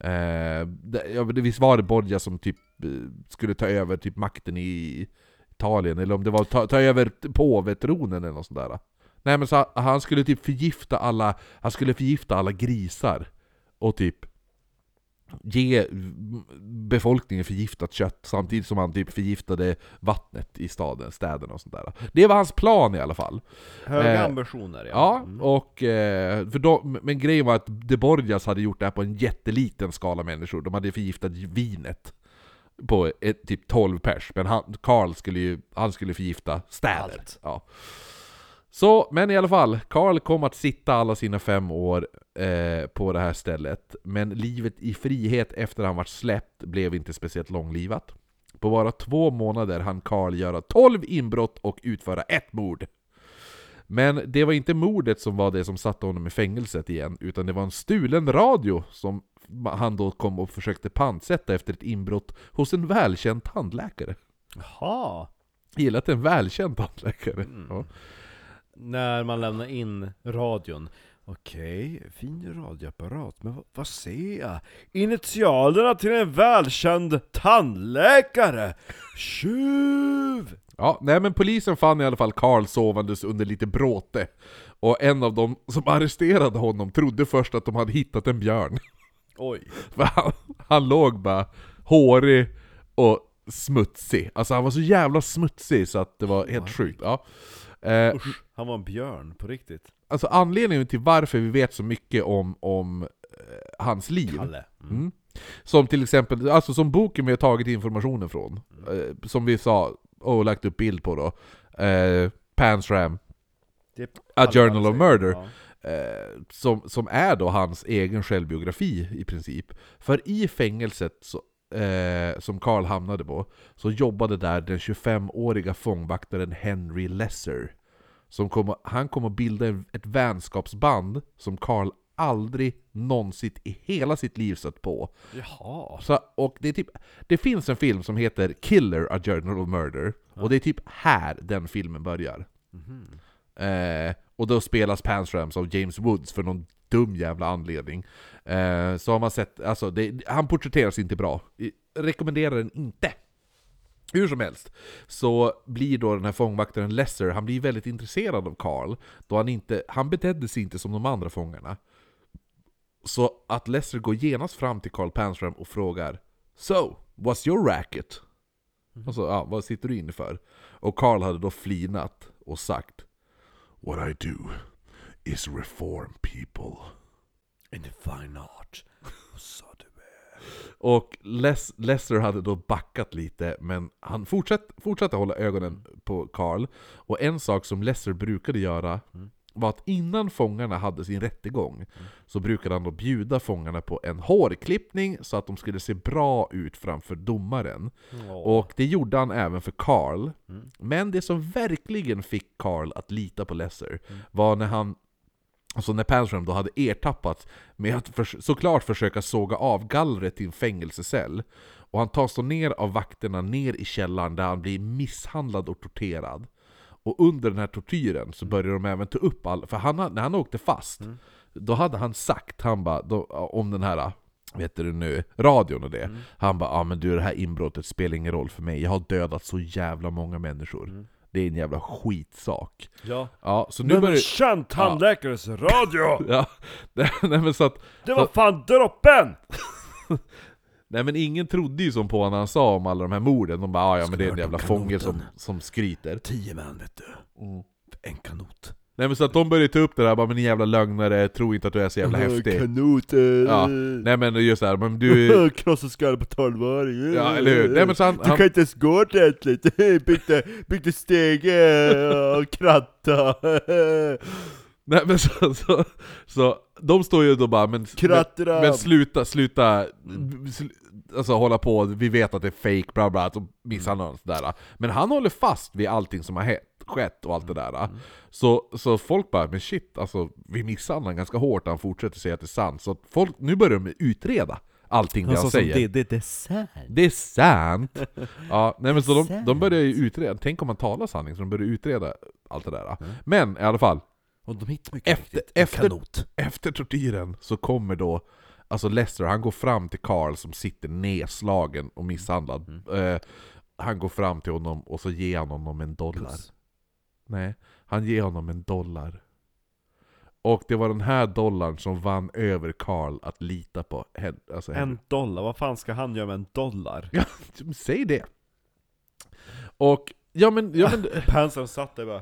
Visst var det Borgia som typ skulle ta över typ makten i Italien, eller om det var ta över påvetronen eller något sånt där. Nej, men så han skulle typ förgifta alla grisar och typ ge befolkningen förgiftat kött samtidigt som han typ förgiftade vattnet i städerna och sånt där. Det var hans plan i alla fall. Höga ambitioner, och men grejen var att De Borgias hade gjort det här på en jätteliten skala människor. De hade förgiftat vinet på typ 12 pers, men Carl skulle förgifta städer. Ja. Så, men i alla fall, Carl kom att sitta alla sina 5 år på det här stället, men livet i frihet efter han var släppt blev inte speciellt långlivat. På bara 2 månader hann Carl göra 12 inbrott och utföra 1 mord. Men det var inte mordet som var det som satte honom i fängelset igen, utan det var en stulen radio som han då kom och försökte pantsätta efter ett inbrott hos en välkänd tandläkare. Jaha. Gillat en välkänd tandläkare. Ja. När man lämnar in radion. Okej, fin radioapparat, men vad ser jag? Initialerna till en välkänd tandläkare! Tjuv! Ja, nej, men polisen fann i alla fall Carl sovandes under lite bråte. Och en av dem som arresterade honom trodde först att de hade hittat en björn. Oj. Han låg bara hårig och smutsig. Alltså han var så jävla smutsig så att det var helt sjukt. Ja. Usch, han var en björn på riktigt. Alltså anledningen till varför vi vet så mycket om hans liv. Som till exempel, alltså som boken vi har tagit informationen från. Som vi sa och lagt upp bild på då. Panstram, A Journal of Murder. Ja. Som är då hans egen självbiografi i princip. För i fängelset som Carl hamnade på, så jobbade där den 25-åriga fångvaktaren Henry Lesser. Han kom att bilda ett vänskapsband som Carl aldrig någonsin i hela sitt liv sett på. Jaha. Så, och det finns en film som heter Killer, A Journal of Murder. Ja. Och det är typ här den filmen börjar. Och då spelas Panstram av James Woods för någon dum jävla anledning. Så har man sett, alltså han porträtteras inte bra. Rekommenderar den inte. Hur som helst så blir då den här fångvaktaren Lesser, han blir väldigt intresserad av Carl, då han betedde sig inte som de andra fångarna. Så att Lesnar går genast fram till Carl Panzram och frågar: So, what's your racket? Alltså, vad sitter du inne för? Och Carl hade då flinat och sagt: What I do is reform people. In the fine art. Och Lesnar hade då backat lite, men han fortsatte hålla ögonen på Carl. Och en sak som Lesnar brukade göra var att innan fångarna hade sin rättegång så brukade han då bjuda fångarna på en hårklippning så att de skulle se bra ut framför domaren. Och det gjorde han även för Carl. Men det som verkligen fick Carl att lita på Lesnar var när Panzram då hade ertappats med att såklart försöka såga av gallret till en fängelsecell. Och han tas då ner av vakterna ner i källaren där han blir misshandlad och torterad. Och under den här tortyren så började de även ta upp när han åkte fast, då hade han sagt, om den här, vet du nu, radion och det. Han bara, men du, det här inbrottet spelar ingen roll för mig. Jag har dödat så jävla många människor. Det är en jävla skitsak. Ja, så nu börjar känt handläkares radio! Ja, nej, men så att... Det var fan droppen! Nej, men ingen trodde ju som på när han sa om alla de här morden. De bara, men det är en jävla fånge som skryter. 10 män, vet du. En kanot. Nej, men så att de började ta upp det där, bara, men ni jävla lögnare, tro inte att du är så jävla häftig. Kanoter. Ja, nej men just det här, men du... Krossa skallar på 12-åring. Ja, eller hur? Nej, men så du kan inte ens gå ordentligt. Byggde stege och kratta. Nej, men så de står ju då bara, men sluta alltså hålla på, vi vet att det är fake, bla bla, så misshandlar han sådär. Men han håller fast vid allting som har skett och allt det där. Så folk bara, men shit, alltså vi misshandlar han ganska hårt, han fortsätter säga att det är sant. Så folk, nu börjar de utreda allting det han säger. Det är sant. Det är sant. Ja, nej, men så de börjar ju utreda. Tänk om man talar sanning, så de börjar utreda allt det där. Men i alla fall, och de hittar mycket efter tortyren så kommer då, alltså Lesnar, han går fram till Carl som sitter nedslagen och misshandlad. Han går fram till honom och så ger han honom $1. Nej, han ger honom $1. Och det var den här dollarn som vann över Carl att lita på. Alltså $1? Vad fan ska han göra med $1? Ja, säg det. Och ja men Panzram satt där bara.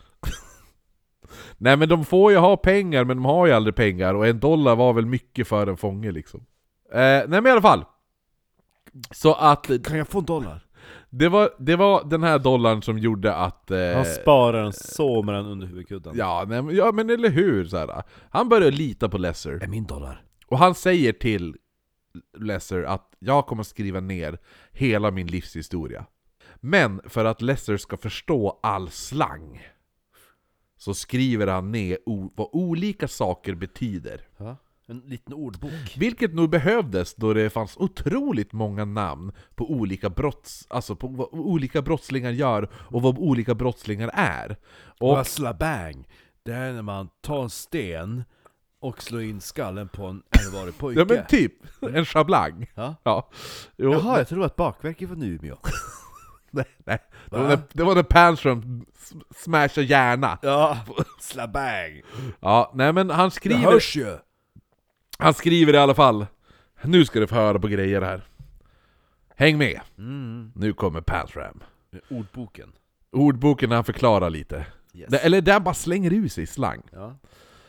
Nej, men de får ju ha pengar, men de har ju aldrig pengar. Och $1 var väl mycket för en fånge liksom. Nej, men i alla fall. Så att... Kan jag få $1? Det var den här dollarn som gjorde att... han sparar den så med den under huvudkudden. Ja, men eller hur? Så här, han börjar lita på Lesnar. Det är min dollar. Och han säger till Lesnar att jag kommer skriva ner hela min livshistoria. Men för att Lesnar ska förstå all slang så skriver han ner vad olika saker betyder. Ja, en liten ordbok. Vilket nog behövdes då det fanns otroligt många namn på olika alltså på vad olika brottslingar gör och vad olika brottslingar är. Och slabang, det är när man tar en sten och slår in skallen på en ärvarig pojke. Ja, men typ en schablang. Ja. Jo, jaha, jag tror att bakverket var nu med. Nej. Det var när Panzram smashar hjärna. Ja, slabang. Ja, nej, men han skriver... Det hörs ju. Han skriver i alla fall. Nu ska du få höra på grejer här. Häng med. Nu kommer Panzram. Ordboken när han förklarar lite. Yes. Eller där bara slänger ut sig i slang. Ja.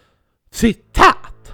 Citat!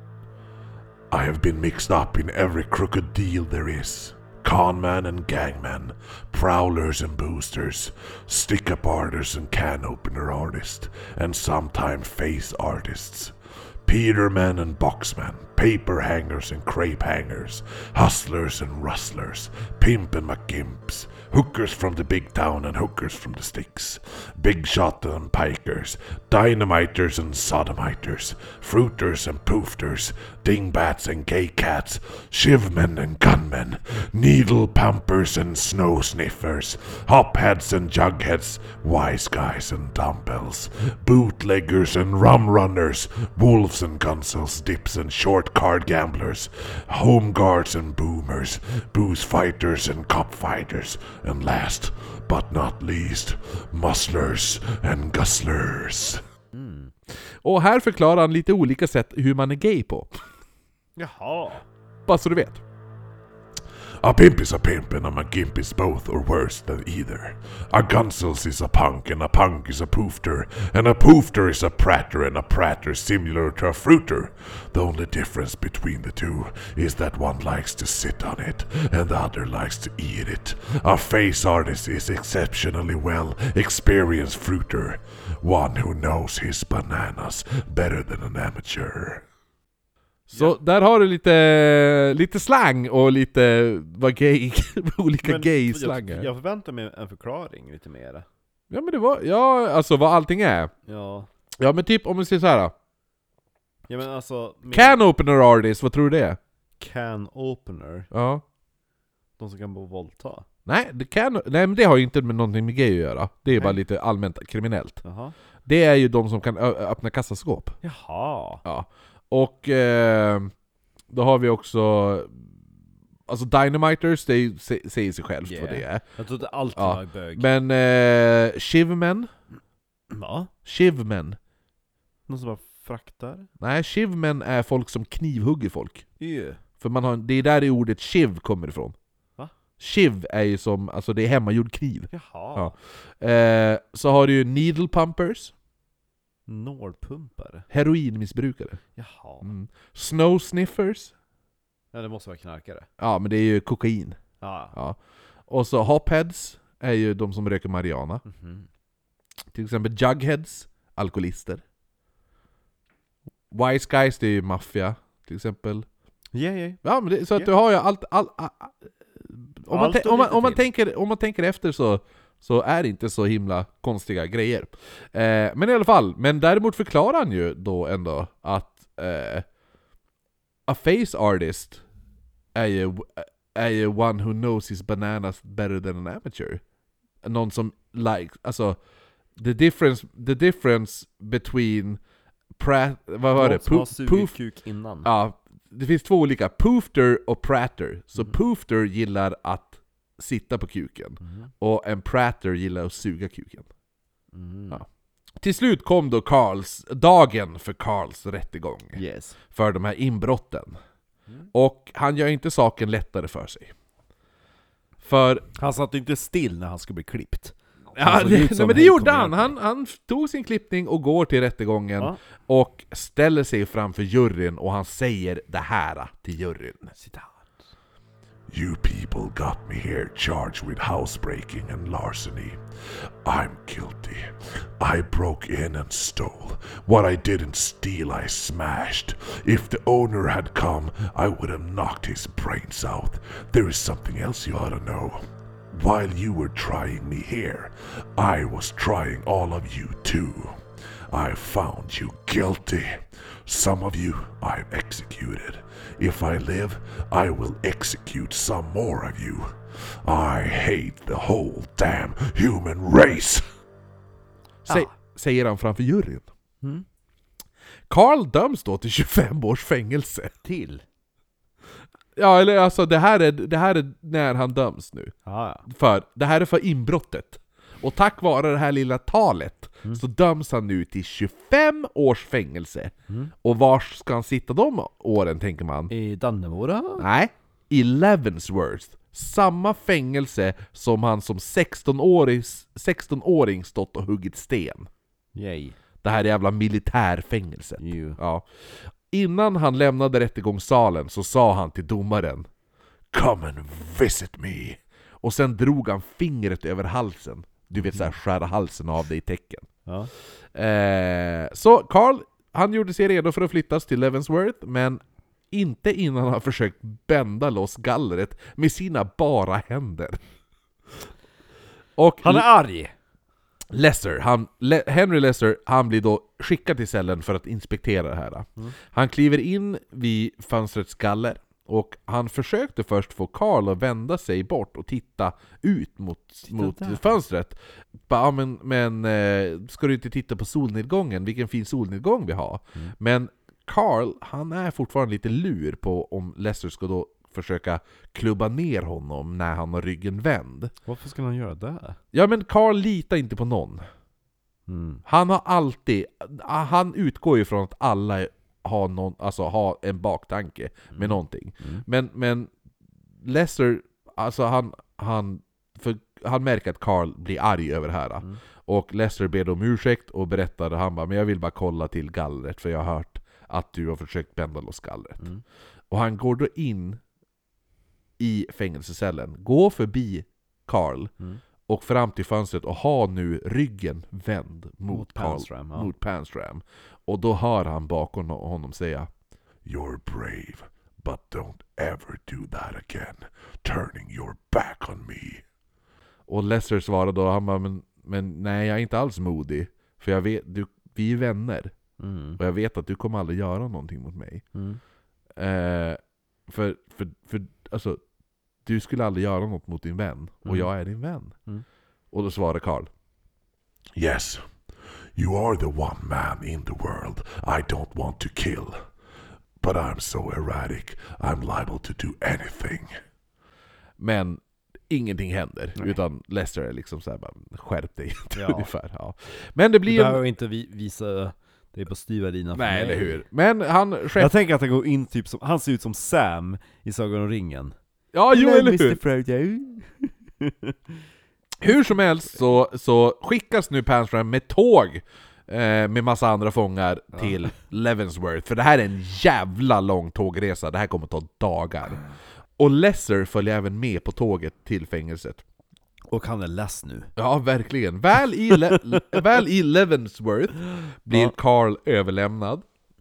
I have been mixed up in every crooked deal there is. Conman and gangman, prowlers and boosters, stick-up artists and can-opener artists, and sometime face artists. Petermen and boxmen, paper hangers and crepe hangers, hustlers and rustlers, pimp and McGimps, hookers from the big town and hookers from the sticks, big shot and pikers, dynamiters and sodomiters, fruiters and poofters, dingbats and gay cats, shivmen and gunmen, needle pumpers and snow sniffers, hopheads and jugheads, wise guys and dumbbells, bootleggers and rum runners, wolves and gunsels, dips and short card gamblers, home guards and boomers, booze fighters and cop fighters, and last but not least, musslers and gusslers. Och här förklarar han lite olika sätt hur man är gay på. Jaha. Bara så du vet. A pimp is a pimp and a gimp is both or worse than either. A gunsels is a punk and a punk is a poofter, and a poofter is a pratter and a pratter similar to a fruiter. The only difference between the two is that one likes to sit on it and the other likes to eat it. A face artist is exceptionally well experienced fruiter, one who knows his bananas better than an amateur. Så där har du lite slang och lite vad gay, olika gay-slangar. Jag förväntar mig en förklaring lite mer. Ja men det var, ja alltså vad allting är. Ja. Ja men typ om vi säger så här. Ja men alltså... Can opener artist, vad tror du det är? Can opener? Ja. De som kan bo och våldta? Nej, men det har ju inte med någonting med gay att göra. Det är bara lite allmänt kriminellt. Jaha. Det är ju de som kan öppna kassaskåp. Jaha. Ja. Och då har vi också alltså dynamiters, det säger sig självt vad det är. Jag trodde alltid var bög. Men shivmen. Va? Shivmen. Någon som bara fraktar? Nej, shivmen är folk som knivhugger folk. Yeah. För det är där det ordet shiv kommer ifrån. Va? Shiv är ju som, alltså det är hemmagjord kniv. Jaha. Ja. Så har du ju needle pumpers. Nålpumpare? Heroinmissbrukare. Jaha. Snow sniffers. Ja, det måste vara knarkare. Ja, men det är ju kokain. Ja. Och så hopheads är ju de som röker marijuana. Till exempel jugheads, alkoholister. Wise guys, det är ju maffia till exempel. Ja, men så att du har ju allt om man tänker efter så är det inte så himla konstiga grejer. Men i alla fall, men däremot förklarar han ju då ändå att a face artist är ju one who knows his bananas better than an amateur. Någon som alltså the difference between vad var det? Kuk innan. Ja, det finns två olika, poofter och pratter. Så poofter gillar att sitta på kuken och en pratter gillar att suga kuken. Ja. Till slut kom då dagen för Carls rättegång. Yes. För de här inbrotten. Och han gör inte saken lättare för sig. För han satt inte still när han skulle bli klippt. Ja, men det gjorde han. Han tog sin klippning och går till rättegången och ställer sig framför juryn och han säger det här till juryn. You people got me here charged with housebreaking and larceny. I'm guilty. I broke in and stole. What I didn't steal, I smashed. If the owner had come, I would have knocked his brains out. There is something else you ought to know. While you were trying me here, I was trying all of you too. I found you guilty. Some of you I've executed. If I live, I will execute some more of you. I hate the whole damn human race. Säger han framför juryn. Carl döms då till 25 års fängelse. Till? Ja, eller alltså det här är när han döms nu. För det här är för inbrottet. Och tack vare det här lilla talet så döms han nu till 25 års fängelse. Och var ska han sitta de åren, tänker man? I Dannemora? Nej, i Leavenworth. Samma fängelse som han som 16-åring stått och huggit sten. Yay. Det här jävla militärfängelset. Ja. Innan han lämnade rättegångssalen så sa han till domaren: "Come and visit me." Och sen drog han fingret över halsen. Du vet, så här, skära halsen av dig i tecken. Ja. Så Carl, han gjorde sig redo för att flyttas till Leavenworth, men inte innan han försökt bända loss gallret med sina bara händer. Och han är arg! Henry Lesser, han blir då skickad till cellen för att inspektera det här. Han kliver in vid fönstrets galler och han försökte först få Carl att vända sig bort och titta ut mot fönstret. Men ska du inte titta på solnedgången? Vilken fin solnedgång vi har. Men Carl, han är fortfarande lite lur på om Lesser ska då försöka klubba ner honom när han har ryggen vänd. Varför ska han göra det? Ja, men Carl litar inte på någon. Han har alltid... Han utgår ju från att alla ha en baktanke med någonting. Men Lester, alltså han märker att Carl blir arg över det här. Och Lester ber om ursäkt och berättade, han bara, men jag vill bara kolla till gallret för jag har hört att du har försökt bända loss gallret. Och han går då in i fängelsecellen, går förbi Carl och fram till fönstret och har nu ryggen vänd mot Panstram, mot Panstram. Och då hör han bakom honom säga: You're brave, but don't ever do that again, turning your back on me. Och Lester svarade då, han bara, men nej, jag är inte alls modig, för jag vet, vi är vänner. Och jag vet att du kommer aldrig göra någonting mot mig. För alltså, du skulle aldrig göra något mot din vän, och jag är din vän. Och då svarar Carl: Yes, you are the one man in the world I don't want to kill. But I'm so erratic, I'm liable to do anything. Men ingenting händer. Nej. Utan Lester är liksom så här, bara, skärp dig ungefär. Ja. Men det blir... Du behöver inte visa dig på styva dina. Nej, eller hur. Men han... Jag tänker att han går in typ som... Han ser ut som Sam i Sagan om ringen. Ja, jo, eller hur? Mr. Frodo. Hur som helst så skickas nu Panstram med tåg med massa andra fångar till Leavenworth. För det här är en jävla lång tågresa. Det här kommer ta dagar. Och Lester följer även med på tåget till fängelset. Och han är less nu. Ja, verkligen. Väl i Leavenworth blir Carl överlämnad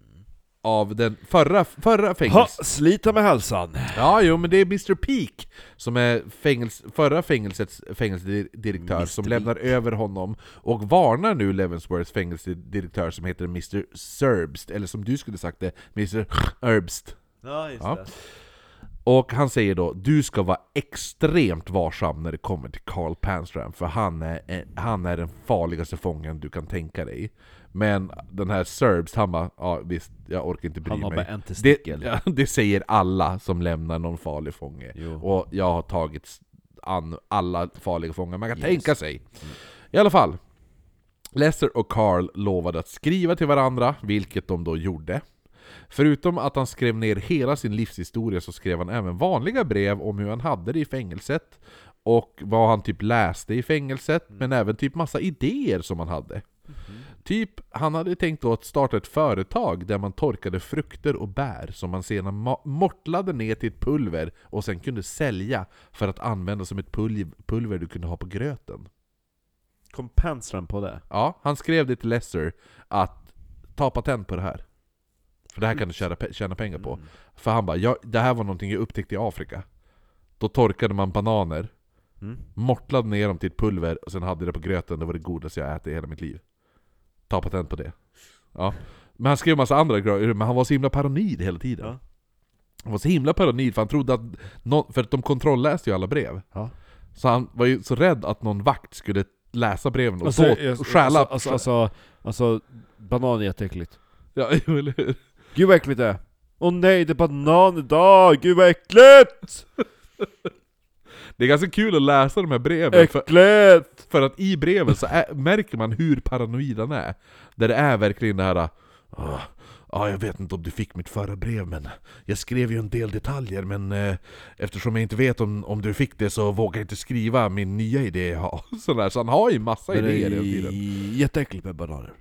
av den förra fängelset. Slita med hälsan. Ja, jo, men det är Mr. Peak som är förra fängelsets fängelsedirektör som lämnar över honom och varnar nu Leavenworths fängelsedirektör som heter Mr. Serbst, eller som du skulle sagt det, Mr. Herbst. Ja, just det. Och han säger då, du ska vara extremt varsam när det kommer till Carl Panstram, för han är den farligaste fången du kan tänka dig. Men den här Serbst, han bara, ja visst, jag orkar inte bry mig. Han har bara en testikel. Det säger alla som lämnar någon farlig fånge. Jo. Och jag har tagit an alla farliga fångar man kan tänka sig. I alla fall, Lester och Carl lovade att skriva till varandra, vilket de då gjorde. Förutom att han skrev ner hela sin livshistoria så skrev han även vanliga brev om hur han hade det i fängelset och vad han typ läste i fängelset, men även typ massa idéer som han hade. Typ, han hade tänkt då att starta ett företag där man torkade frukter och bär som man sedan mortlade ner till ett pulver och sen kunde sälja för att använda som ett pulver du kunde ha på gröten. Kom Panstram på det? Ja, han skrev det till Lester att ta patent på det här. För det här kan du tjäna pengar på. För han bara, det här var någonting jag upptäckte i Afrika. Då torkade man bananer, mortlade ner dem till ett pulver och sen hade det på gröten. Det var det godaste jag ätit i hela mitt liv. Ta patent på det. Ja. Men han skrev en massa andra grejer, men han var så himla paranoid hela tiden. Ja. Han var så himla paranoid för han trodde att för att de kontrollläste ju alla brev. Ja. Så han var ju så rädd att någon vakt skulle läsa breven och stjäla. Alltså banan är jätteäckligt. Ja, eller hur? Gud vad äckligt det är. Åh nej, det är banan idag. Gud vad äckligt. Det är ganska kul att läsa de här breven. Äckligt! För att i breven så märker man hur paranoid han är. Där det är verkligen det här... jag vet inte om du fick mitt förra brev, men jag skrev ju en del detaljer, men eftersom jag inte vet om du fick det så vågar jag inte skriva min nya idé jag har. Så han har ju massa idéer hela tiden. Jätteäckligt med bananer.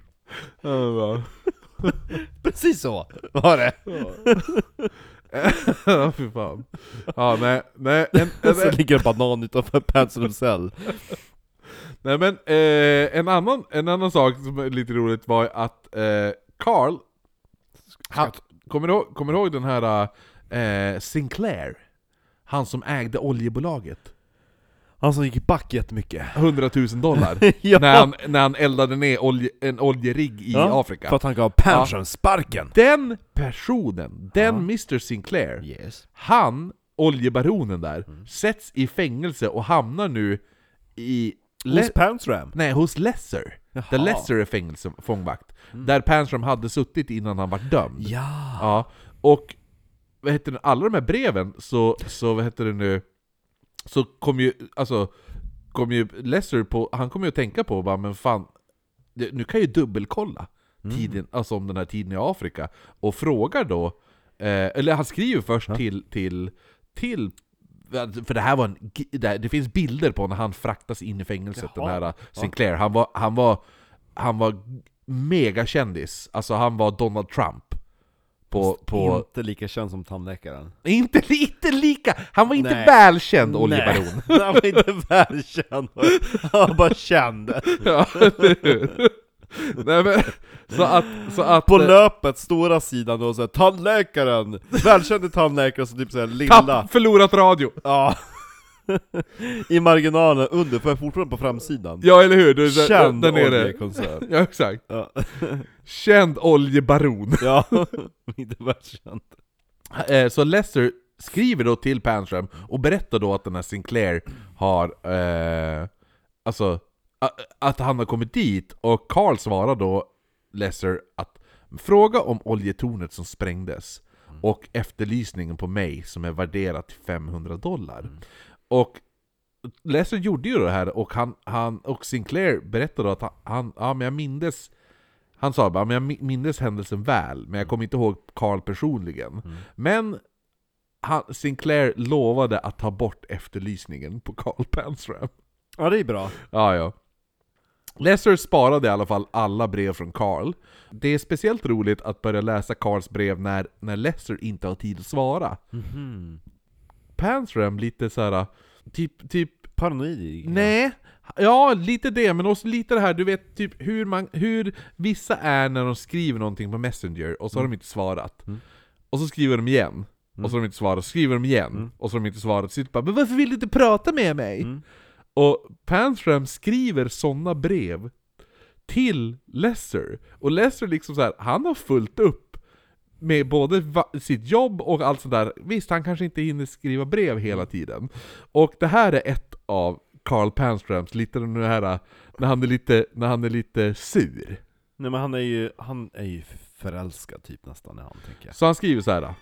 Ja. Precis så var det. Ja, fy fan. Ja, nej. Så ligger en banan utanför Panstram cell. Nej, men en annan sak som är lite roligt var att Carl kommer du ihåg den här Sinclair? Han som ägde oljebolaget. Han som gick back jättemycket. $100,000 ja. när han eldade ner en oljerigg i Afrika. För att han gav Panstram sparken. Den personen, Mr. Sinclair, han, oljebaronen där, sätts i fängelse och hamnar nu i... Hos Panstram? Nej, hos Lesser. Där Lesser är fängelsefångvakt. Där Panstram hade suttit innan han var dömd. Ja. Och vad heter det, alla de här breven så vad heter det nu, så kom ju Lesser på, han kommer ju att tänka på bara, men fan, nu kan jag ju dubbelkolla. tiden, alltså om den här tiden i Afrika, och frågar då, eller han skriver först till för det här var det finns bilder på när han fraktas in i fängelset. Jaha. Den här Sinclair, han var megakändis. Alltså han var Donald Trump på inte lika känd som tandläkaren. Inte lika. Han var inte välkänd oljebaron. Han var inte välkänd. Han var bara känd. Ja, nej, men, så att på löpet, stora sidan då, så här, tandläkaren, välkände tandläkare, så typ såhär lilla förlorat radio. Ja. I marginalen under, för fortfarande på framsidan. Ja, eller hur? Känd oljekoncern. Ja, exakt. Ja. Känd oljebaron. Ja, inte välkänd. Så Lester skriver då till Panstram och berättar då att den här Sinclair har alltså att han har kommit dit, och Carl svarar då Lester att fråga om oljetornet som sprängdes och efterlysningen på mig som är värderat till $500. Och Lester gjorde ju det här, och han och Sinclair berättade att men jag mindes, han sa bara, men jag mindes händelsen väl, men jag kommer inte ihåg Carl personligen. Men Sinclair lovade att ta bort efterlysningen på Carl Panstram. Ja, det är bra. Ja. Lester sparade i alla fall alla brev från Carl. Det är speciellt roligt att börja läsa Carls brev när Lester inte har tid att svara. Panstram lite såhär typ paranoid. Nej, ja, lite det, men också lite det här, du vet, typ hur vissa är när de skriver någonting på Messenger och så har de inte svarat. Och så skriver de igen. Och så har de inte svarat, skriver de igen. Och så har de inte svarat, så bara, men varför vill du inte prata med mig? Och Panstram skriver sådana brev till Lester. Och Lester liksom så här, han har fullt upp med både sitt jobb och allt sådär. Visst, han kanske inte hinner skriva brev hela tiden. Och det här är ett av Carl Panstrams, lite det här när han är lite sur. Nej, men han är ju förälskad typ nästan när han tänker. Så han skriver så här: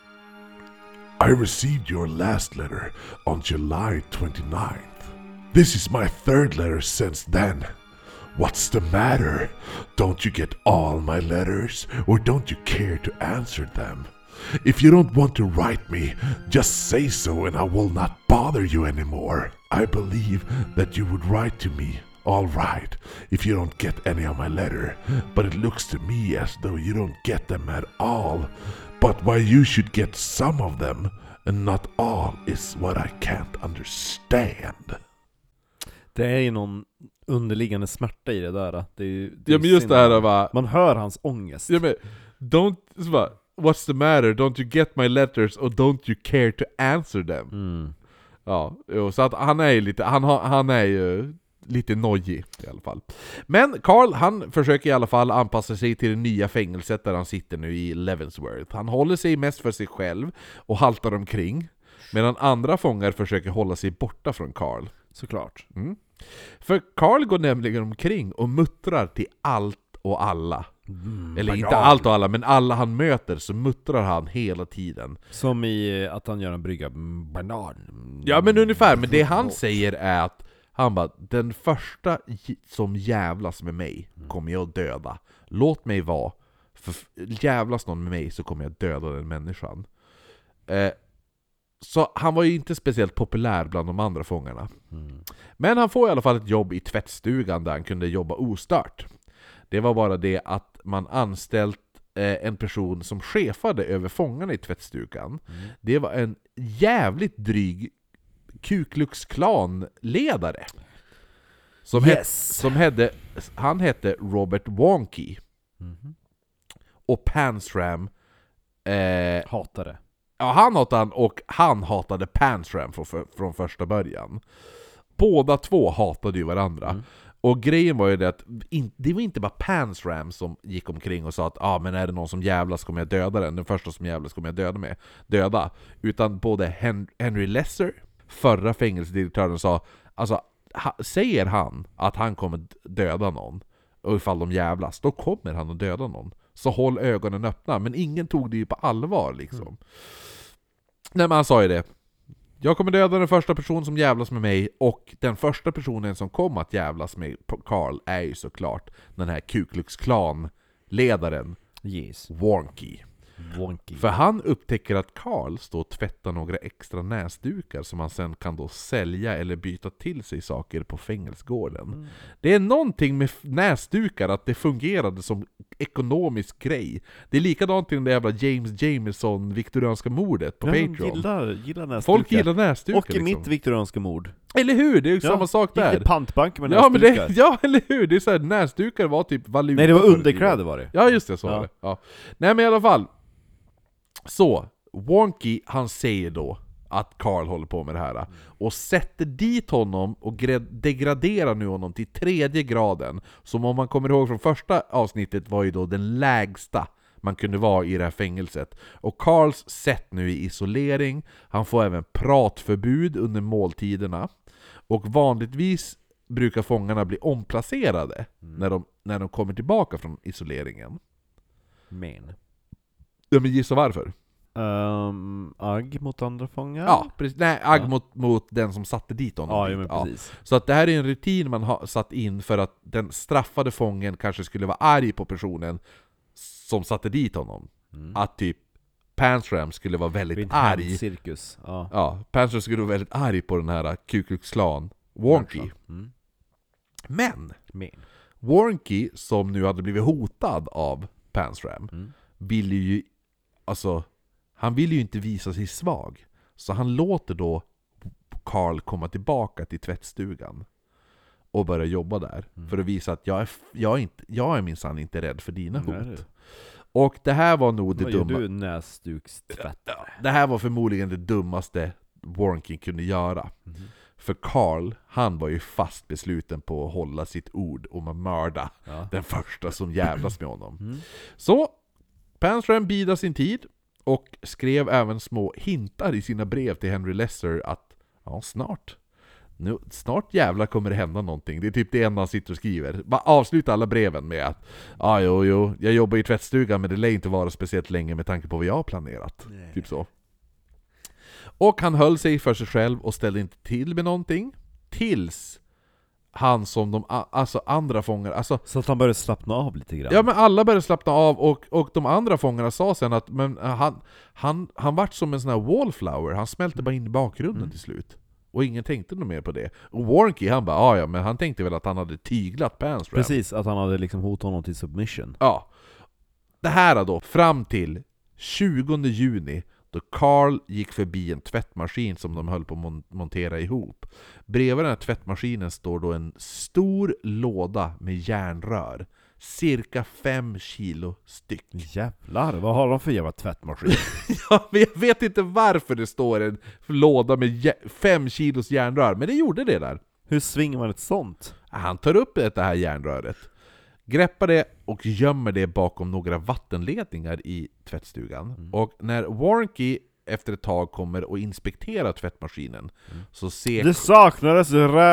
I received your last letter on July 29th. This is my third letter since then. What's the matter? Don't you get all my letters, or don't you care to answer them? If you don't want to write me, just say so and I will not bother you anymore. I believe that you would write to me, all right, if you don't get any of my letter, but it looks to me as though you don't get them at all. But why you should get some of them and not all is what I can't understand. Det är ju någon underliggande smärta i det där. Det är ja, men just det här va, man hör hans ångest. Ja, men what's the matter? Don't you get my letters or don't you care to answer them? Ja, så att han är ju lite han är ju lite nojig i alla fall. Men Carl, han försöker i alla fall anpassa sig till det nya fängelset där han sitter nu i Leavenworth. Han håller sig mest för sig själv och haltar omkring, medan andra fångar försöker hålla sig borta från Carl. Såklart. För Carl går nämligen omkring och muttrar till allt och alla. Eller inte allt och alla, men alla han möter så muttrar han hela tiden. Som i att han gör en brygga banan. Ja, men ungefär. Men det han säger är att han bara, den första som jävlas med mig kommer jag döda. Låt mig vara. För jävlas någon med mig så kommer jag döda den människan. Så han var ju inte speciellt populär bland de andra fångarna. Men han får i alla fall ett jobb i tvättstugan där han kunde jobba ostört. Det var bara det att man anställt en person som chefade över fångarna i tvättstugan. Det var en jävligt dryg Ku Klux Klan-ledare. Han hette Robert Wonky. Och Panstram hatade. Ja, han hatade han, och han hatade Panstram från första början. Båda två hatade ju varandra. Och grejen var ju det att det var inte bara Panstram som gick omkring och sa att men är det någon som jävlas kommer jag döda den. Den första som jävlas kommer jag döda. Utan både Henry Lesser, förra fängelsedirektören, sa alltså säger han att han kommer döda någon, och ifall de jävlas, då kommer han att döda någon. Så håll ögonen öppna. Men ingen tog det ju på allvar liksom. Nej, men han sa ju det. Jag kommer döda den första personen som jävlas med mig, och den första personen som kommer att jävlas med Carl är ju såklart den här Ku Klux Klan ledaren Yes. Warnke. Wonky. För han upptäcker att Carl står och tvättar några extra näsdukar som han sen kan då sälja eller byta till sig saker på fängelsegården. Det är någonting med näsdukar att det fungerade som ekonomisk grej. Det är likadant till den där jävla James Jameson viktorianska mordet på Patreon. Gillar näsdukar. Folk gillar näsdukar. Och i mitt viktorianska mord. Eller hur? Det är ju samma sak där. Gick det pantbank med Ja, men näsdukar? ja, eller hur? Det är så här, näsdukar var typ valuta. Nej, det var förr i underkläder tiden. var det. Ja, just det, så Ja. var det. Ja. Nej, men i alla fall. Så, Warnke, han säger då att Carl håller på med det här och sätter dit honom och degraderar nu honom till 3:e graden, som om man kommer ihåg från första avsnittet var ju då den lägsta man kunde vara i det här fängelset. Och Carls sätt nu i isolering, han får även pratförbud under måltiderna, och vanligtvis brukar fångarna bli omplacerade när de kommer tillbaka från isoleringen. Men Ja, men gissa varför? agg mot andra fångar? Ja, precis. Nej, agg mot den som satte dit honom. Ja, men precis. Så att det här är en rutin man har satt in för att den straffade fången kanske skulle vara arg på personen som satte dit honom. Att typ Panstram skulle vara väldigt arg. Cirkus. Ja. Ja, Panstram skulle vara väldigt arg på den här Ku Klux Klan Warnke. Men Warnke, som nu hade blivit hotad av Panstram, ville ju, alltså, han ville ju inte visa sig svag. Så han låter då Carl komma tillbaka till tvättstugan och börja jobba där för att visa att jag är minsann inte rädd för dina hot. Och det här var nog det dumma. Du näsdukstvättare. Det här var förmodligen det dummaste Warnke kunde göra. För Carl, han var ju fast besluten på att hålla sitt ord om att mörda den första som jävlas med honom. Så Panstram bidade sin tid och skrev även små hintar i sina brev till Henry Lesser att snart jävla kommer det hända någonting. Det är typ det enda han sitter och skriver. Bara avsluta alla breven med att jag jobbar i tvättstugan, men det lär inte vara speciellt länge med tanke på vad jag har planerat. Nej. Typ så. Och han höll sig för sig själv och ställde inte till med någonting tills han som de andra fångar, så att han började slappna av lite grann. Ja, men alla började slappna av, och de andra fångarna sa sen att men han vart som en sån här wallflower. Han smälte bara in i bakgrunden till slut. Och ingen tänkte nog mer på det. Och Warnke, han bara, men han tänkte väl att han hade tyglat Panstram. Precis, att han hade liksom hotat honom till submission. Ja. Det här då, fram till 20 juni, då Carl gick förbi en tvättmaskin som de höll på att montera ihop. Bredvid den här tvättmaskinen står då en stor låda med järnrör. Cirka 5 kilo styck. Jävlar, vad har de för jävla tvättmaskin? Ja, jag vet inte varför det står en låda med 5 kilos järnrör, men det gjorde det där. Hur svingar man ett sånt? Han tar upp det här järnröret, greppar det och gömmer det bakom några vattenledningar i tvättstugan. Och när Warnke efter ett tag kommer och inspekterar tvättmaskinen så ser... Det saknades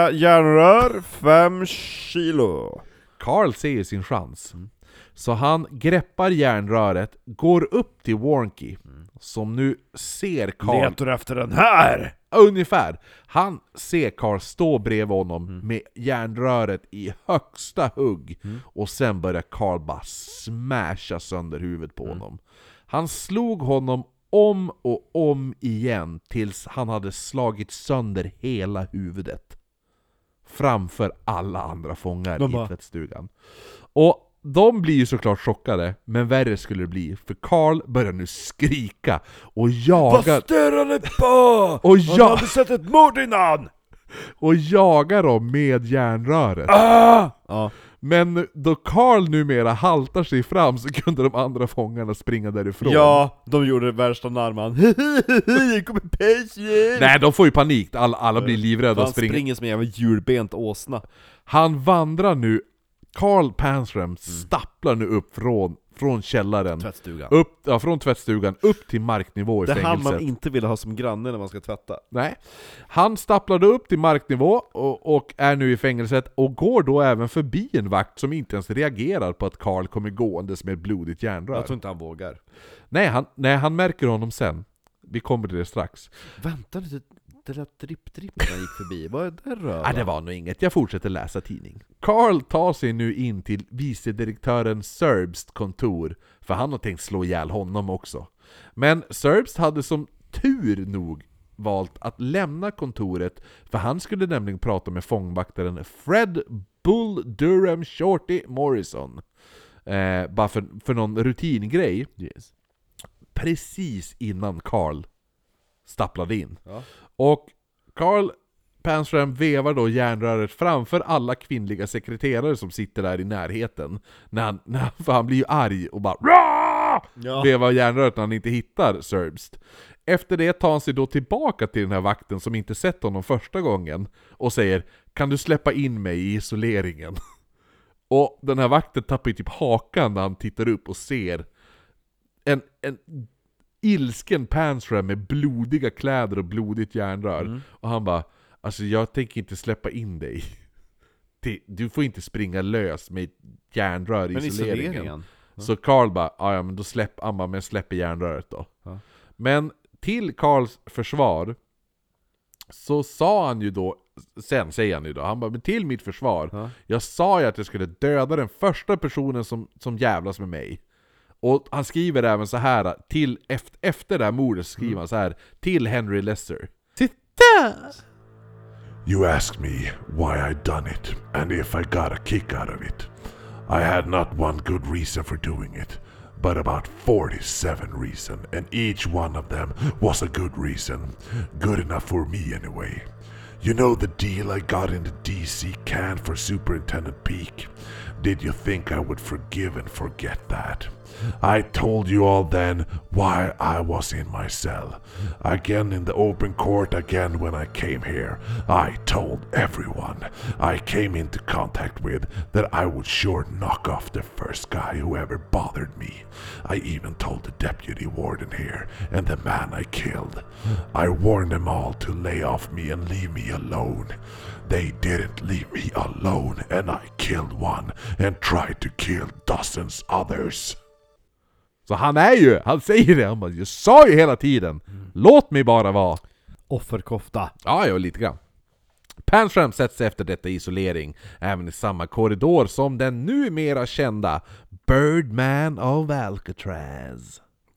järnrör 5 kilo. Carl ser sin chans. Så han greppar järnröret, går upp till Warnke, som nu ser Carl... Letar efter den här! Ungefär. Han ser Carl stå bredvid honom med järnröret i högsta hugg. Och sen börjar Carl bara smasha sönder huvudet på honom. Han slog honom om och om igen tills han hade slagit sönder hela huvudet framför alla andra fångar i tvättstugan. Och de blir ju såklart chockade, men värre skulle det bli, för Carl börjar nu skrika och jaga. Vad stör ni på? Och han hade sett ett mord innan! Och jagar dem med järnröret. Ja. Men då Carl numera haltar sig fram så kunde de andra fångarna springa därifrån. Ja, de gjorde det värsta narman. Kommer patient! Nej, de får ju panik. Alla blir livrädda och springer som en jävla djurbent åsna. Han vandrar nu. Carl Panstram stapplar nu upp från källaren. Tvättstugan. Från tvättstugan upp till marknivå i fängelset. Det här man inte vill ha som granne när man ska tvätta. Nej. Han stapplade upp till marknivå och är nu i fängelset och går då även förbi en vakt som inte ens reagerar på att Carl kommer gåendes med ett blodigt järnrör. Jag tror inte han vågar. Nej, han märker honom sen. Vi kommer till det strax. Vänta lite. Det lät dripp när jag gick förbi. Vad är det röda? Nej, det var nog inget. Jag fortsätter läsa tidning. Carl tar sig nu in till vicedirektören Serbsts kontor, för han har tänkt slå ihjäl honom också. Men Serbst hade som tur nog valt att lämna kontoret, för han skulle nämligen prata med fångvaktaren Fred Bull Durham Shorty Morrison. Bara för någon rutingrej. Yes. Precis innan Carl stapplade in. Ja. Och Carl Panzram vevar då järnröret framför alla kvinnliga sekreterare som sitter där i närheten. För han blir ju arg och bara vevar järnröret när han inte hittar Serbst. Efter det tar han sig då tillbaka till den här vakten som inte sett honom första gången och säger: kan du släppa in mig i isoleringen? Och den här vakten tappar ju typ hakan när han tittar upp och ser en ilsken Panzram med blodiga kläder och blodigt järnrör. Och han bara: alltså jag tänker inte släppa in dig. Du får inte springa lös med järnrör i isoleringen. Ja. Så Carl bara: ja men då släpper järnröret då. Ja. Men till Carls försvar så sa han ju då, sen säger han ju då, han bara: men till mitt försvar, jag sa ju att jag skulle döda den första personen som jävlas med mig. Och han skriver även så här till efter det här mordet, skriver han så här till Henry Lesser: titta! You asked me why I'd done it, and if I got a kick out of it. I had not one good reason for doing it, but about 47 reasons, and each one of them was a good reason. Good enough for me anyway. You know the deal I got in the DC can for Superintendent Peak? Did you think I would forgive and forget that? I told you all then why I was in my cell. Again in the open court, again when I came here. I told everyone I came into contact with that I would sure knock off the first guy who ever bothered me. I even told the deputy warden here and the man I killed. I warned them all to lay off me and leave me alone. They didn't leave me alone, and I killed one and tried to kill dozens others. Så han säger det, han bara: jag sa ju hela tiden, låt mig bara vara. Offerkofta. Ja, lite grann. Panzram sätts efter detta isolering, även i samma korridor som den numera kända Birdman of Alcatraz.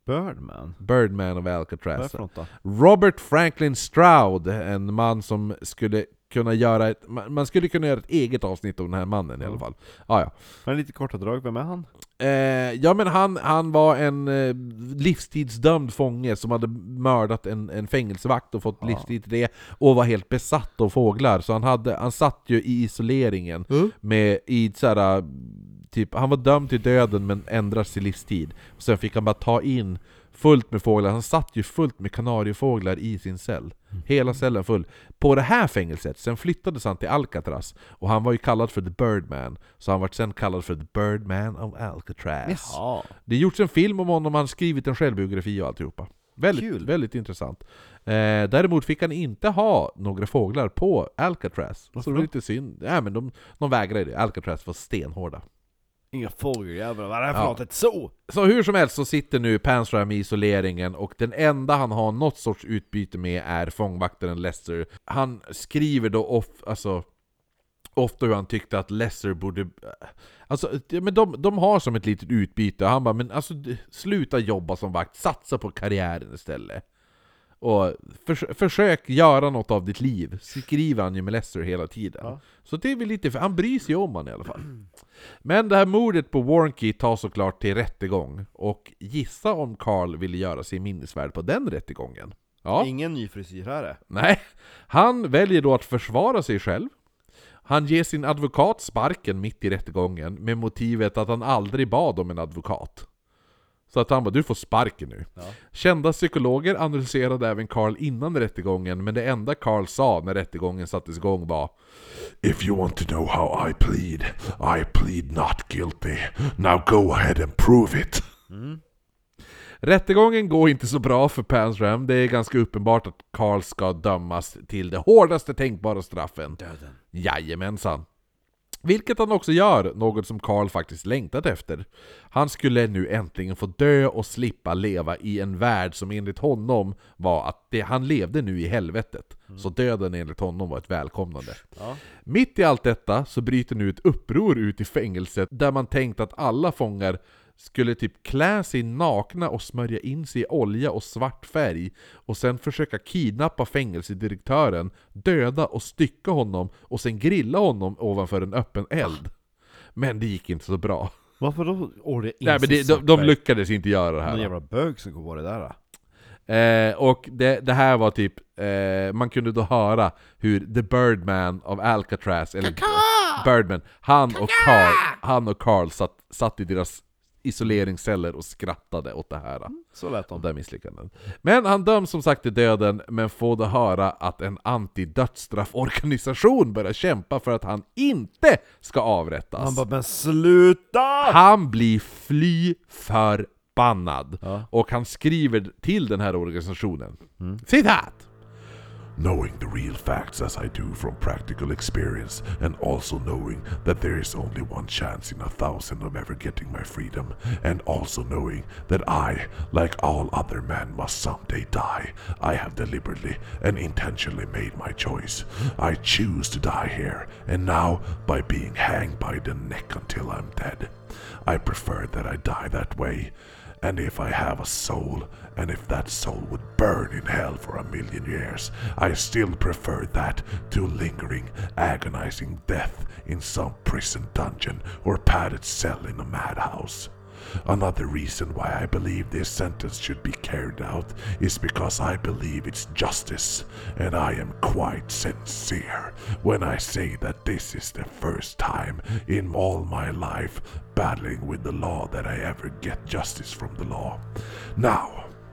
Birdman of Alcatraz. Robert Franklin Stroud, en man som skulle kunna göra man skulle kunna göra ett eget avsnitt om den här mannen i alla fall. Ja. Men lite korta drag, vem är han? Ja, men han var en livstidsdömd fånge som hade mördat en fängelsevakt och fått livstid till det, och var helt besatt av fåglar. Så han satt ju i isoleringen med i såhär, typ, han var dömd till döden men ändras till livstid. Och sen fick han bara ta in fullt med fåglar. Han satt ju fullt med kanariefåglar i sin cell. Hela cellen full. På det här fängelset, sen flyttades han till Alcatraz. Och han var ju kallad för The Birdman. Så han var sen kallad för The Birdman of Alcatraz. Jaha. Det gjorts en film om honom, han skrivit en självbiografi och alltihopa. Väldigt intressant. Däremot fick han inte ha några fåglar på Alcatraz. Så det är lite synd. Ja, men de vägrade det. Alcatraz var stenhårda. Inga fågeljävlar, vad är det här för något? Så hur som helst så sitter nu Panzram i isoleringen, och den enda han har något sorts utbyte med är fångvaktaren Lesser. Han skriver då ofta hur han tyckte att Lesser borde... Alltså, men de har som ett litet utbyte. Han bara, men alltså, sluta jobba som vakt, satsa på karriären istället. Och försök göra något av ditt liv, skriver han ju med Lesser hela tiden. Ja. Så det är väl lite, för han bryr sig om han i alla fall. Men det här mordet på Warnke tar såklart till rättegång. Och gissa om Carl ville göra sig minnesvärd på den rättegången. Ja. Ingen ny frisyr här. Nej, han väljer då att försvara sig själv. Han ger sin advokat sparken mitt i rättegången med motivet att han aldrig bad om en advokat. Så att han bara, du får sparken nu. Ja. Kända psykologer analyserade även Carl innan rättegången, men det enda Carl sa när rättegången sattes igång var: If you want to know how I plead not guilty. Now go ahead and prove it. Rättegången går inte så bra för Panzram. Det är ganska uppenbart att Carl ska dömas till det hårdaste tänkbara straffen. Döden. Jajamensan. Vilket han också gör, något som Carl faktiskt längtat efter. Han skulle nu äntligen få dö och slippa leva i en värld som enligt honom var att han levde nu i helvetet. Så döden enligt honom var ett välkomnande. Ja. Mitt i allt detta så bryter nu ett uppror ut i fängelset där man tänkt att alla fångar skulle typ klä sig nakna och smörja in sig i olja och svart färg och sen försöka kidnappa fängelsedirektören, döda och stycka honom och sen grilla honom ovanför en öppen eld. Men det gick inte så bra. Varför då? Nej, men de lyckades inte göra det här. Någon jävla bög som går på det där då. Och det här var typ man kunde då höra hur The Birdman of Alcatraz eller Birdman, han och Carl satt i deras isoleringsceller och skrattade åt det här. Så lät de. Där misslyckanden. Men han döms som sagt till döden, men får då höra att en anti-dödsstrafforganisation börjar kämpa för att han inte ska avrättas. Han bara, men sluta! Han blir fly förbannad. Ja. Och han skriver till den här organisationen. Citat! Knowing the real facts as I do from practical experience, and also knowing that there is only one chance in 1,000 of ever getting my freedom, and also knowing that I, like all other men, must someday die, I have deliberately and intentionally made my choice. I choose to die here, and now by being hanged by the neck until I'm dead. I prefer that I die that way. And if I have a soul, and if that soul would burn in hell for 1,000,000 years, I still prefer that to lingering, agonizing death in some prison dungeon or padded cell in a madhouse. Another reason why I believe this sentence should be carried out is because I believe it's justice, and I am quite sincere when I say that this is the first time in all my life battling with the law that I ever get justice from the law. Now,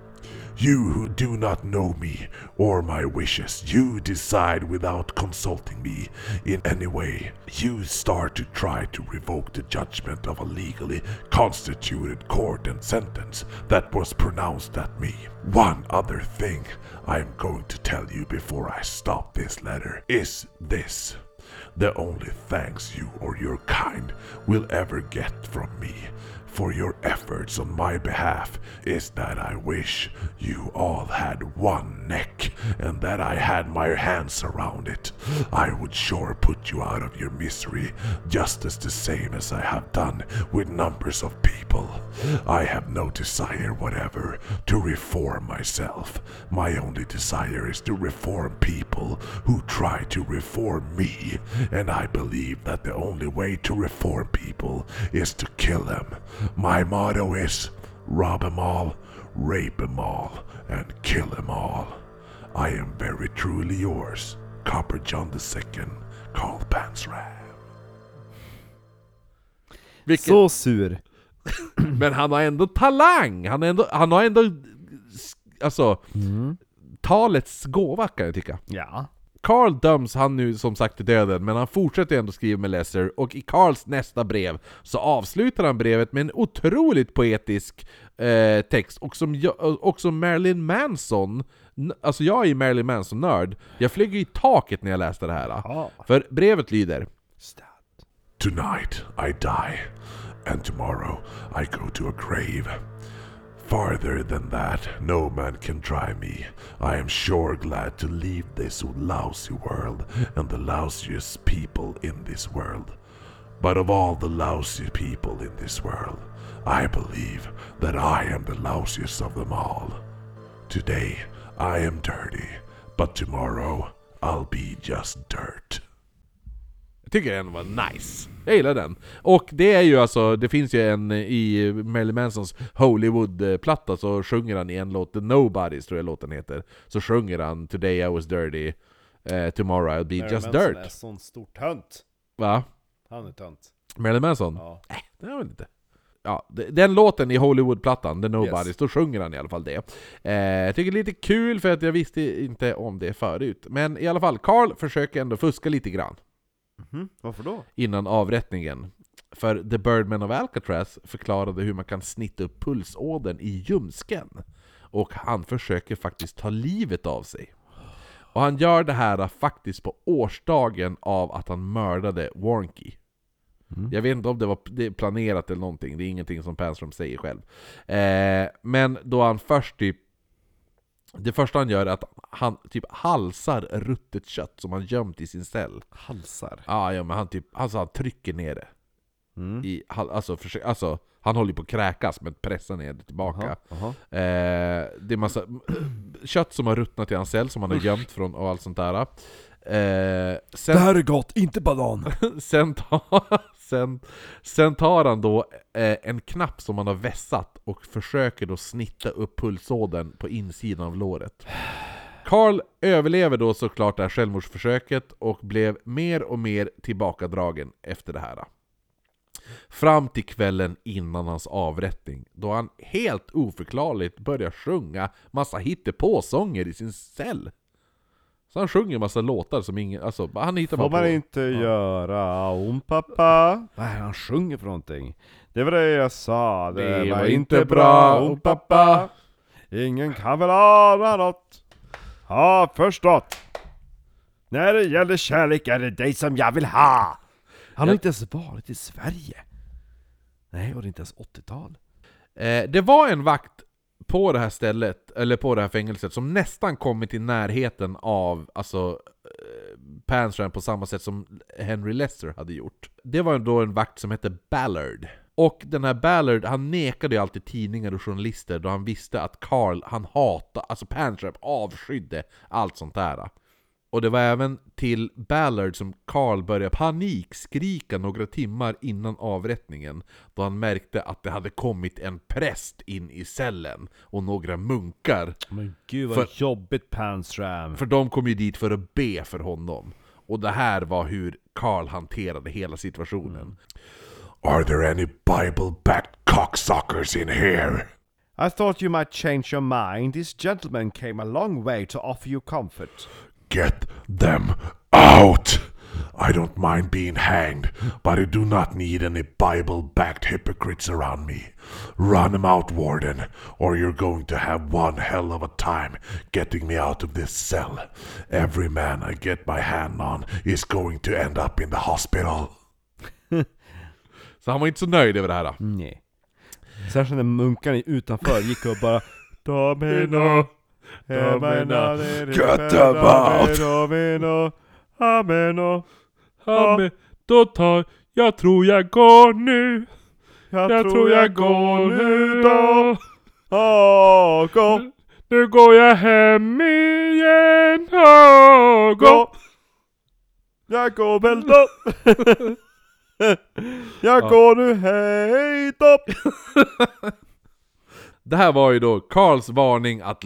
you who do not know me or my wishes, you decide without consulting me in any way. You start to try to revoke the judgment of a legally constituted court and sentence that was pronounced at me. One other thing I'm going to tell you before I stop this letter is this. The only thanks you or your kind will ever get from me for your efforts on my behalf is that I wish you all had one neck and that I had my hands around it. I would sure put you out of your misery just as the same as I have done with numbers of people. I have no desire whatever to reform myself. My only desire is to reform people who try to reform me, and I believe that the only way to reform people is to kill them. My motto is, rob them all, rape them all, and kill them all. I am very truly yours, Copper John II, Carl Pansram. Så sur. Men han har ändå talang. Han har ändå alltså talets gåva, kan jag tycka. Ja. Carl döms han nu som sagt till döden, men han fortsätter ändå skriva med Lesser, och i Carls nästa brev så avslutar han brevet med en otroligt poetisk text, och som Marilyn Manson, alltså jag är ju Marilyn Manson-nörd, jag flyger i taket när jag läste det här. Aha. För brevet lyder: Tonight I die, and tomorrow I go to a grave. Farther than that, no man can drive me. I am sure glad to leave this lousy world and the lousiest people in this world. But of all the lousy people in this world, I believe that I am the lousiest of them all. Today I am dirty, but tomorrow I'll be just dirt. Jag tycker den var nice. Jag gillar den. Och det är ju alltså, det finns ju en i Marilyn Mansons Hollywood-platta, så sjunger han i en låt, The Nobodies tror jag låten heter. Så sjunger han Today I was dirty, tomorrow I'll be Marilyn just Manson dirt. är sån stor tönt. Va? Han är tönt. Marilyn Manson? Ja. Det är väl inte. Ja, den låten i Hollywood-plattan, The Nobodies, Yes. Då sjunger han i alla fall det. Jag tycker det är lite kul för att jag visste inte om det förut. Men i alla fall, Carl försöker ändå fuska lite grann. Varför då? Innan avrättningen. För The Birdman of Alcatraz förklarade hur man kan snitta upp pulsådern i ljumsken. Och han försöker faktiskt ta livet av sig. Och han gör det här faktiskt på årsdagen av att han mördade Warnke. Jag vet inte om det var planerat eller någonting. Det är ingenting som Pansram säger själv. Men då han först typ Det första han gör är att han typ halsar ruttet kött som han gömt i sin cell. Halsar? Ja, men han trycker ner det. I, alltså, han håller på att kräkas, men pressar ner det tillbaka. Det är massa kött som har ruttnat i hans cell som han har gömt från och allt sånt där. Det här är gott, inte banan. sen tar han då en knapp som han har vässat och försöker då snitta upp pulsådern på insidan av låret. Carl överlever då såklart det här självmordsförsöket och blev mer och mer tillbakadragen efter det här. Fram till kvällen innan hans avrättning, då han helt oförklarligt börjar sjunga massa hittepåsånger i sin cell. Så han sjunger massa låtar som ingen... Alltså, han hittar får bara man på. inte göra pappa? Vad är han sjunger för någonting? Det var det jag sa, det var inte bra pappa. Ingen kan väl ana något. Har förstått. När det gäller kärlek är det dig som jag vill ha. Han har inte ens varit i Sverige. Nej, och det är inte ens 80-tal. Det var en vakt på det här stället, eller på det här fängelset, som nästan kommit i närheten av Panzram på samma sätt som Henry Lester hade gjort. Det var då en vakt som hette Ballard. Och den här Ballard, han nekade ju alltid tidningar och journalister då han visste att Carl, han hatade, alltså Panzram avskydde allt sånt där. Och det var även till Ballard som Carl började panikskrika några timmar innan avrättningen, då han märkte att det hade kommit en präst in i cellen och några munkar. Men gud vad jobbigt, Panzram. För de kom ju dit för att be för honom. Och det här var hur Carl hanterade hela situationen. Are there any Bible-backed cocksuckers in here? I thought you might change your mind. This gentleman came a long way to offer you comfort. Get them out! I don't mind being hanged, but I do not need any Bible-backed hypocrites around me. Run them out, Warden, or you're going to have one hell of a time getting me out of this cell. Every man I get my hand on is going to end up in the hospital. Så han var inte så nöjd över det här. Nej. Särskilt när munkarna utanför gick och bara Domino, Get them out! Ameno. Jag tror jag går nu. Jag tror jag går nu då. Gå. Nu går jag hem igen. Gå. Jag går väl då. Jag går nu hej då. Det här var ju då Carls varning att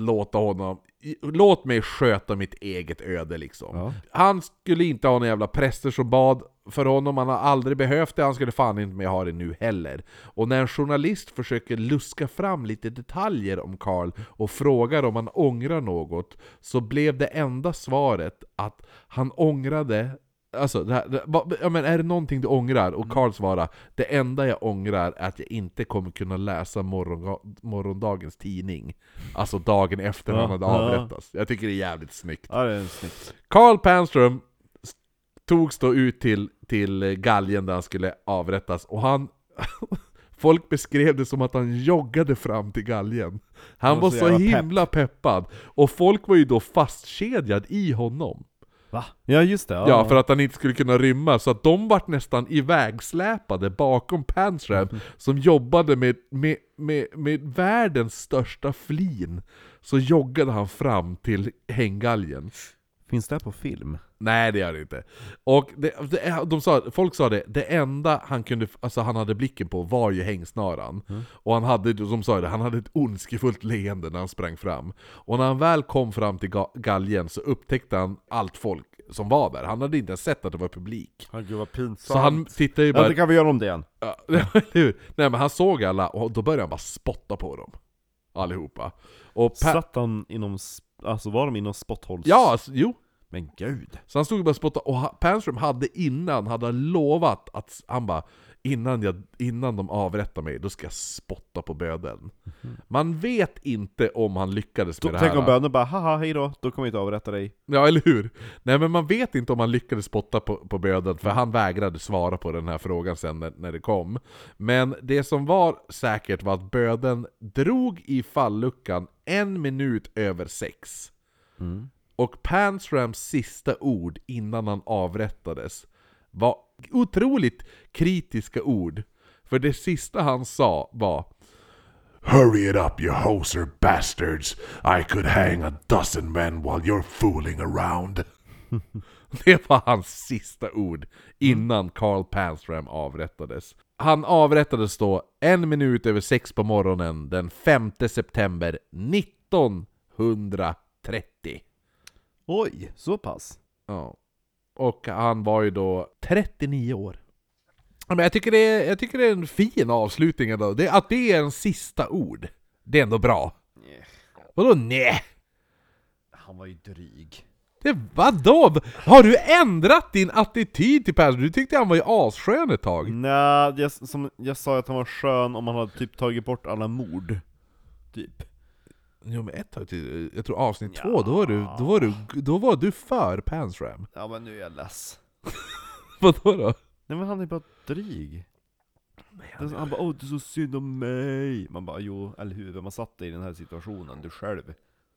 låt mig sköta mitt eget öde liksom. Ja. Han skulle inte ha några jävla präster som bad för honom, han har aldrig behövt det, han skulle fan inte med ha det nu heller. Och när en journalist försöker luska fram lite detaljer om Carl och frågar om han ångrar något, så blev det enda svaret att han ångrade. Alltså, men är det någonting du ångrar? Och Carl svarar, det enda jag ångrar är att jag inte kommer kunna läsa morgondagens tidning. Alltså dagen efter han hade avrättats. Jag tycker det är jävligt snyggt. Ja, det är snyggt. Carl Panzram togs då ut till galgen där han skulle avrättas. Och han... Folk beskrev det som att han joggade fram till galgen. Han var så himla peppad. Och folk var ju då fastkedjad i honom. Va? Ja, just det. Ja, för att han inte skulle kunna rymma. Så att de vart nästan ivägsläpade bakom Panzram, som jobbade med världens största flin. Så joggade han fram till hänggalgen. Finns det på film? Nej, det gör det inte. Och folk sa det enda han kunde, alltså han hade blicken på var ju hängsnaran. Och han hade, som sa det, han hade ett ondskefullt leende när han sprang fram. Och när han väl kom fram till galgen så upptäckte han allt folk som var där. Han hade inte sett att det var publik. Gud vad pinsamt. Så han tittade ju bara... Ja, det kan vi göra om det igen. Ja, nej, men han såg alla och då började han bara spotta på dem. Allihopa. Och satt han inom, alltså var de inom spotthålls? Ja, alltså, jo. Men gud. Så han stod och bara spotta. Och Panzram hade lovat att han bara, innan de avrättar mig, då ska jag spotta på bödeln. Man vet inte om han lyckades med det här. Tänk om bödeln bara, haha, hej då kommer vi inte avrätta dig. Ja, eller hur? Nej, men man vet inte om han lyckades spotta på bödeln, för han vägrade svara på den här frågan sen när det kom. Men det som var säkert var att bödeln drog i falluckan 6:01. Och Pansrams sista ord innan han avrättades var otroligt kritiska ord. För det sista han sa var: Hurry it up, you hoser bastards. I could hang a dozen men while you're fooling around. Det var hans sista ord innan Carl Pansram avrättades. Han avrättades då 6:01 på morgonen den 5 september 1930. Oj, så pass. Ja. Och han var ju då 39 år. Men jag tycker det är en fin avslutning ändå. Att det är en sista ord. Det är ändå bra. Vadå nej? Han var ju dryg. Vadå? Har du ändrat din attityd till Persson? Du tyckte han var ju asskön ett tag. Nej, som jag sa att han var skön om han hade typ tagit bort alla mord. Typ. Jo men ett tag till, jag tror avsnitt 2, då var du för Pansram. Ja men nu är jag less. Vadå då? Nej men han är bara dryg. Han bara, det är så synd om mig. Man bara, jo, eller hur, man satt i den här situationen, du själv.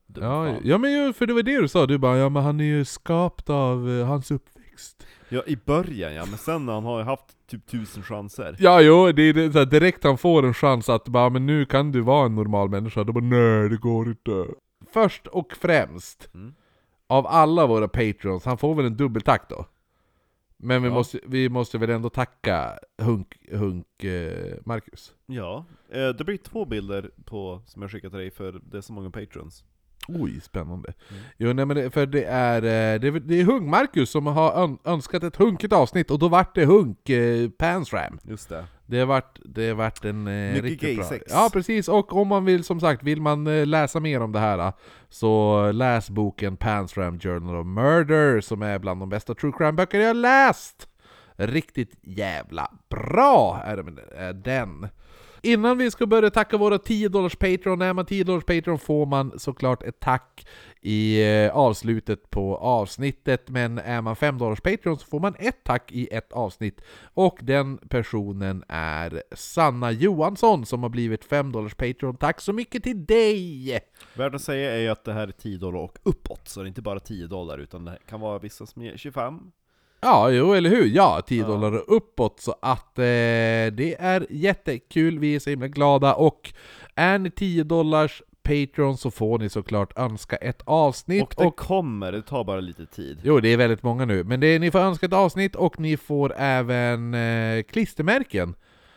Ja men ju, för det var det du sa, du bara, ja men han är ju skapt av hans uppväxt. Ja, i början ja, men sen när han har haft typ 1000 chanser. Ja jo, det är så här, direkt han får en chans att bara, men nu kan du vara en normal människa. Då bara, nej det går inte. Först och främst, av alla våra patrons, han får väl en dubbeltack då. Men vi måste väl ändå tacka Hunk Marcus. Ja, det blir 2 bilder på som jag skickar till dig för det är så många patrons. Oj, spännande. Jo, nej, men det är Hunk Marcus som har önskat ett hunkigt avsnitt, och då vart det Hunk Pansram. Just det. Det vart en riktigt bra. sex. Ja, precis. Och om man vill, som sagt, vill man läsa mer om det här, så läs boken Pansram Journal of Murder, som är bland de bästa true crime-böcker jag läst. Riktigt jävla bra är den. Innan vi ska börja tacka våra $10 Patreon, är man $10 Patreon får man såklart ett tack i avslutet på avsnittet, men är man $5 Patreon så får man ett tack i ett avsnitt, och den personen är Sanna Johansson som har blivit $5 Patreon. Tack så mycket till dig! Värt att säga är ju att det här är $10 och uppåt, så det är inte bara $10 utan det kan vara vissa som ger 25. Ja, jo, eller hur? Ja, $10 och uppåt, så att det är jättekul, vi är så himla glada. Och är ni $10 Patreon så får ni såklart önska ett avsnitt. Och det tar bara lite tid. Jo, det är väldigt många nu, men ni får önska ett avsnitt, och ni får även klistermärken.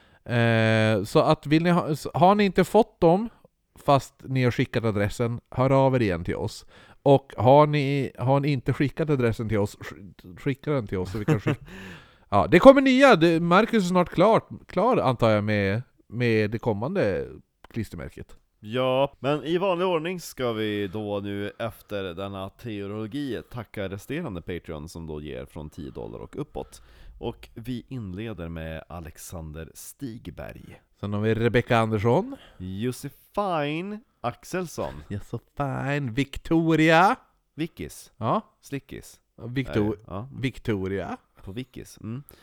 Så att har ni inte fått dem, fast ni har skickat adressen, hör av er igen till oss. Och har ni inte skickat adressen till oss, skicka den till oss så vi kan skicka. Ja, det kommer nya. Marcus är snart klar antar jag med det kommande klistermärket. Ja, men i vanlig ordning ska vi då nu efter denna teologi tacka resterande Patreon som då ger från $10 och uppåt. Och vi inleder med Alexander Stigberg. Sen har vi Rebecca Andersson, Josefine Axelsson, Josefine Victoria, Vickis, ja, Slickis, Victoria på Vickis,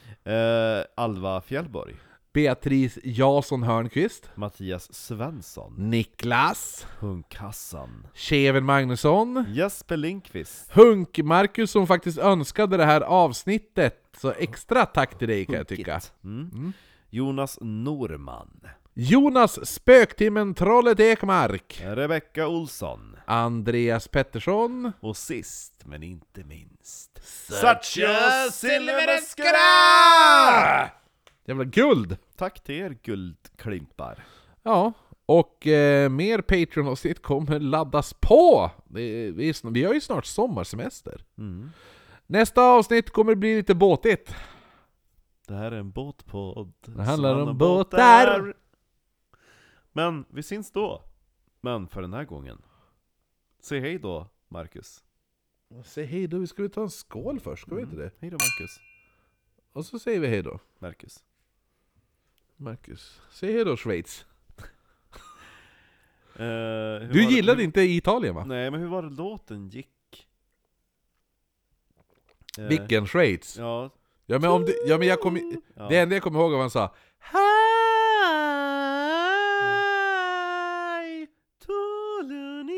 Alva Fjällborg, Beatrice Jason Hörnqvist, Mattias Svensson, Niklas Hunk-Hassan, Kevin Magnusson, Jesper Lindqvist, Hunk Marcus som faktiskt önskade det här avsnittet, så extra tack till dig kan jag tycka. Jonas Norman, Jonas Spöktimmen Trollet Ekmark, Rebecca Olsson, Andreas Pettersson, och sist men inte minst Satya Silverskara! Jävla guld! Tack till er guldklimpar. Ja, och mer Patreon-avsnitt kommer laddas på. Vi har ju snart sommarsemester. Nästa avsnitt kommer bli lite båtigt. Det här är en båtpodd. Det handlar om båtar. Men vi syns då. Men för den här gången, säg hej då, Marcus. Säg hej då, vi ska ta en skål först, ska vi inte det? Hej då, Marcus. Och så säger vi hej då. Marcus. Säg hej då, Schweiz. Du gillade inte Italien, va? Nej, men hur var det låten gick? Vilken Schweiz? Ja. Ja, men jag kommer... Ja. Det enda jag kommer ihåg var han sa Hej!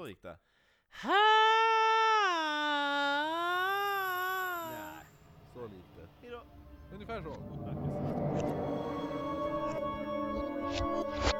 gick det. Nej, så lite. Hejdå. Ungefär så. Tack.